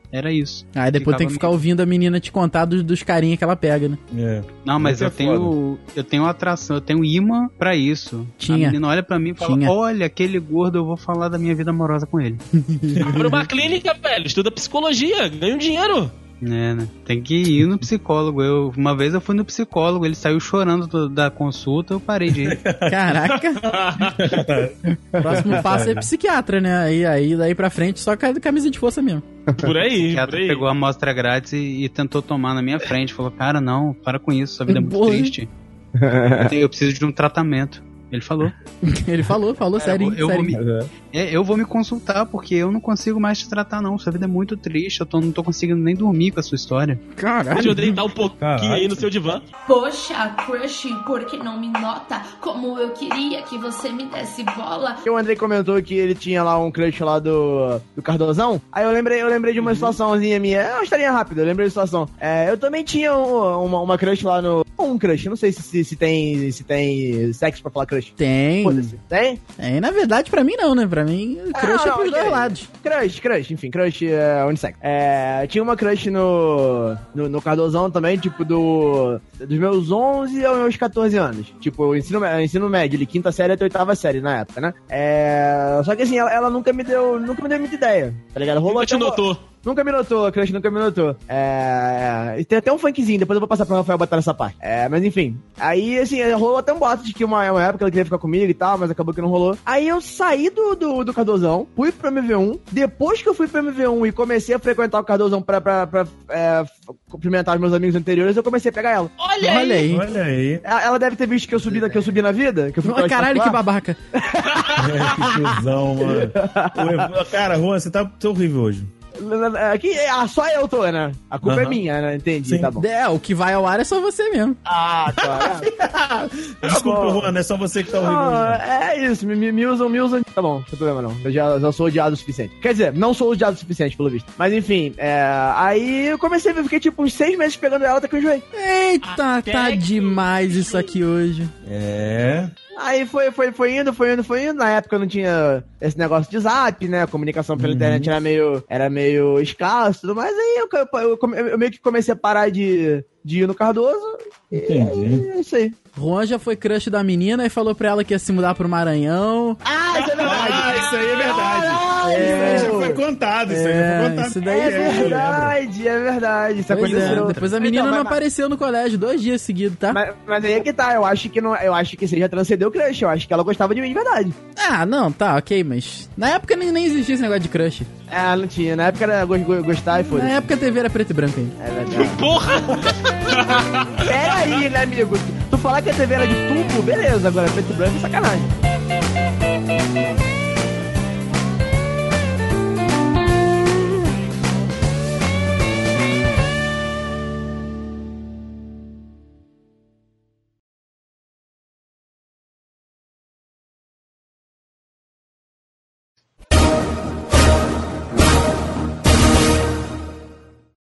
Era isso. Aí depois Ficava tem que ficar meio- ouvindo a menina te contar dos, dos carinha que ela pega, né? É. Não, mas Isso é eu tenho, eu tenho atração, eu tenho imã pra isso. Tinha. A menina olha pra mim e fala, Tinha. olha, aquele gordo, eu vou falar da minha vida amorosa com ele. Abre uma clínica, velho. Estuda psicologia, ganha um dinheiro. É, né? Tem que ir no psicólogo. Eu, uma vez eu fui no psicólogo, ele saiu chorando do- da consulta, eu parei de ir. Caraca. Próximo passo é psiquiatra, né? Aí, aí daí pra frente só ca- camisa de força mesmo. Por aí, O por psiquiatra aí. pegou a amostra grátis e, e tentou tomar na minha frente. Falou, cara, não, para com isso, sua vida é muito Porra. triste. Eu, tenho- eu preciso de um tratamento. Ele falou. Ele falou, falou, sério, eu, vou sério. me, é, eu vou me consultar, porque eu não consigo mais te tratar, não. Sua vida é muito triste, eu tô, não tô conseguindo nem dormir com a sua história. Caralho. Deixa eu deitar um pouquinho Caralho. aí no seu divã. Poxa, crush, por que não me nota como eu queria que você me desse bola? O Andrei comentou que ele tinha lá um crush lá do, do Cardozão. Aí eu lembrei, eu lembrei de uma situaçãozinha minha. É uma historinha rápida, eu lembrei de situação. É, eu também tinha um- uma, uma crush lá no. Um crush, não sei se, se, se tem se tem sexo pra falar crush. Tem. Foda-se. Tem? É, na verdade, pra mim não, né? Pra mim, crush Ah, é pros ok. dois lados. Crush, crush, enfim, crush é unissex. É, tinha uma crush no, no, no Cardozão também, tipo, do, dos meus onze aos meus catorze anos. Tipo, ensino, mé- ensino médio, de quinta série até oitava série na época, né? É, só que assim, ela, ela nunca me deu, nunca me deu muita ideia, tá ligado? Rolou Nunca te até uma- notou. Nunca me notou, a crush nunca me notou. É... e tem até um funkzinho, depois eu vou passar pro Rafael botar nessa parte. É, mas enfim. Aí, assim, rolou até um boato de que uma, uma época ela queria ficar comigo e tal, mas acabou que não rolou. Aí eu saí do, do, do Cardozão, fui pro M V um. Depois que eu fui pro M V um e comecei a frequentar o Cardozão pra, pra, pra é, cumprimentar os meus amigos anteriores, eu comecei a pegar ela. Olha, Olha aí. aí. Olha aí. Ela ela deve ter visto que eu subi, que eu subi na vida, que eu fui Ai, caralho, que particular. babaca. É, que cuzão, mano. Ô, Cara, Juan, você tá horrível hoje. Aqui, ah, só eu tô, né? A culpa é Aham. minha, né? Entendi, Sim. tá bom. É, o que vai ao ar é só você mesmo. Ah, claro. Desculpa, bom. Juan, não é só você que tá horrível Ah, hoje. é isso, me, me, me usam, me usam. Tá bom, não tem problema não. Eu já, já sou odiado o suficiente. Quer dizer, não sou odiado o suficiente, pelo visto. Mas enfim, é, aí eu comecei a ver, fiquei tipo uns seis meses pegando ela até que eu enjoei. Eita, Até tá que demais isso aqui hoje. É. Aí foi, foi, foi indo, foi indo, foi indo. Na época não tinha esse negócio de zap, né? A comunicação pela internet era meio, era meio escasso e tudo mais. Aí eu, eu, eu, come- eu meio que comecei a parar de, de ir no Cardoso. Entendi. É isso aí. Juan já foi crush da menina e falou pra ela que ia se mudar pro Maranhão. Ah, isso é verdade. Ah, isso aí é verdade. Caralho! Isso aí já foi contado, isso aí já É, foi contado. isso daí É é verdade, é verdade. Isso Pois é, aconteceu. depois a menina Então, não mas- apareceu no colégio dois dias seguidos, tá? Mas, mas aí é que tá, eu acho que não, eu acho que você já transcendeu o crush, eu acho que ela gostava de mim de verdade. Ah, não, tá, ok, mas na época nem, nem existia esse negócio de crush. É, não tinha, na época era go- go- gostar e Na foda-se. época a T V era preto e branco ainda. É verdade. Porra! Pera aí, né, amigo? Tu falar que a T V era de tubo, beleza, agora preto e branco é sacanagem.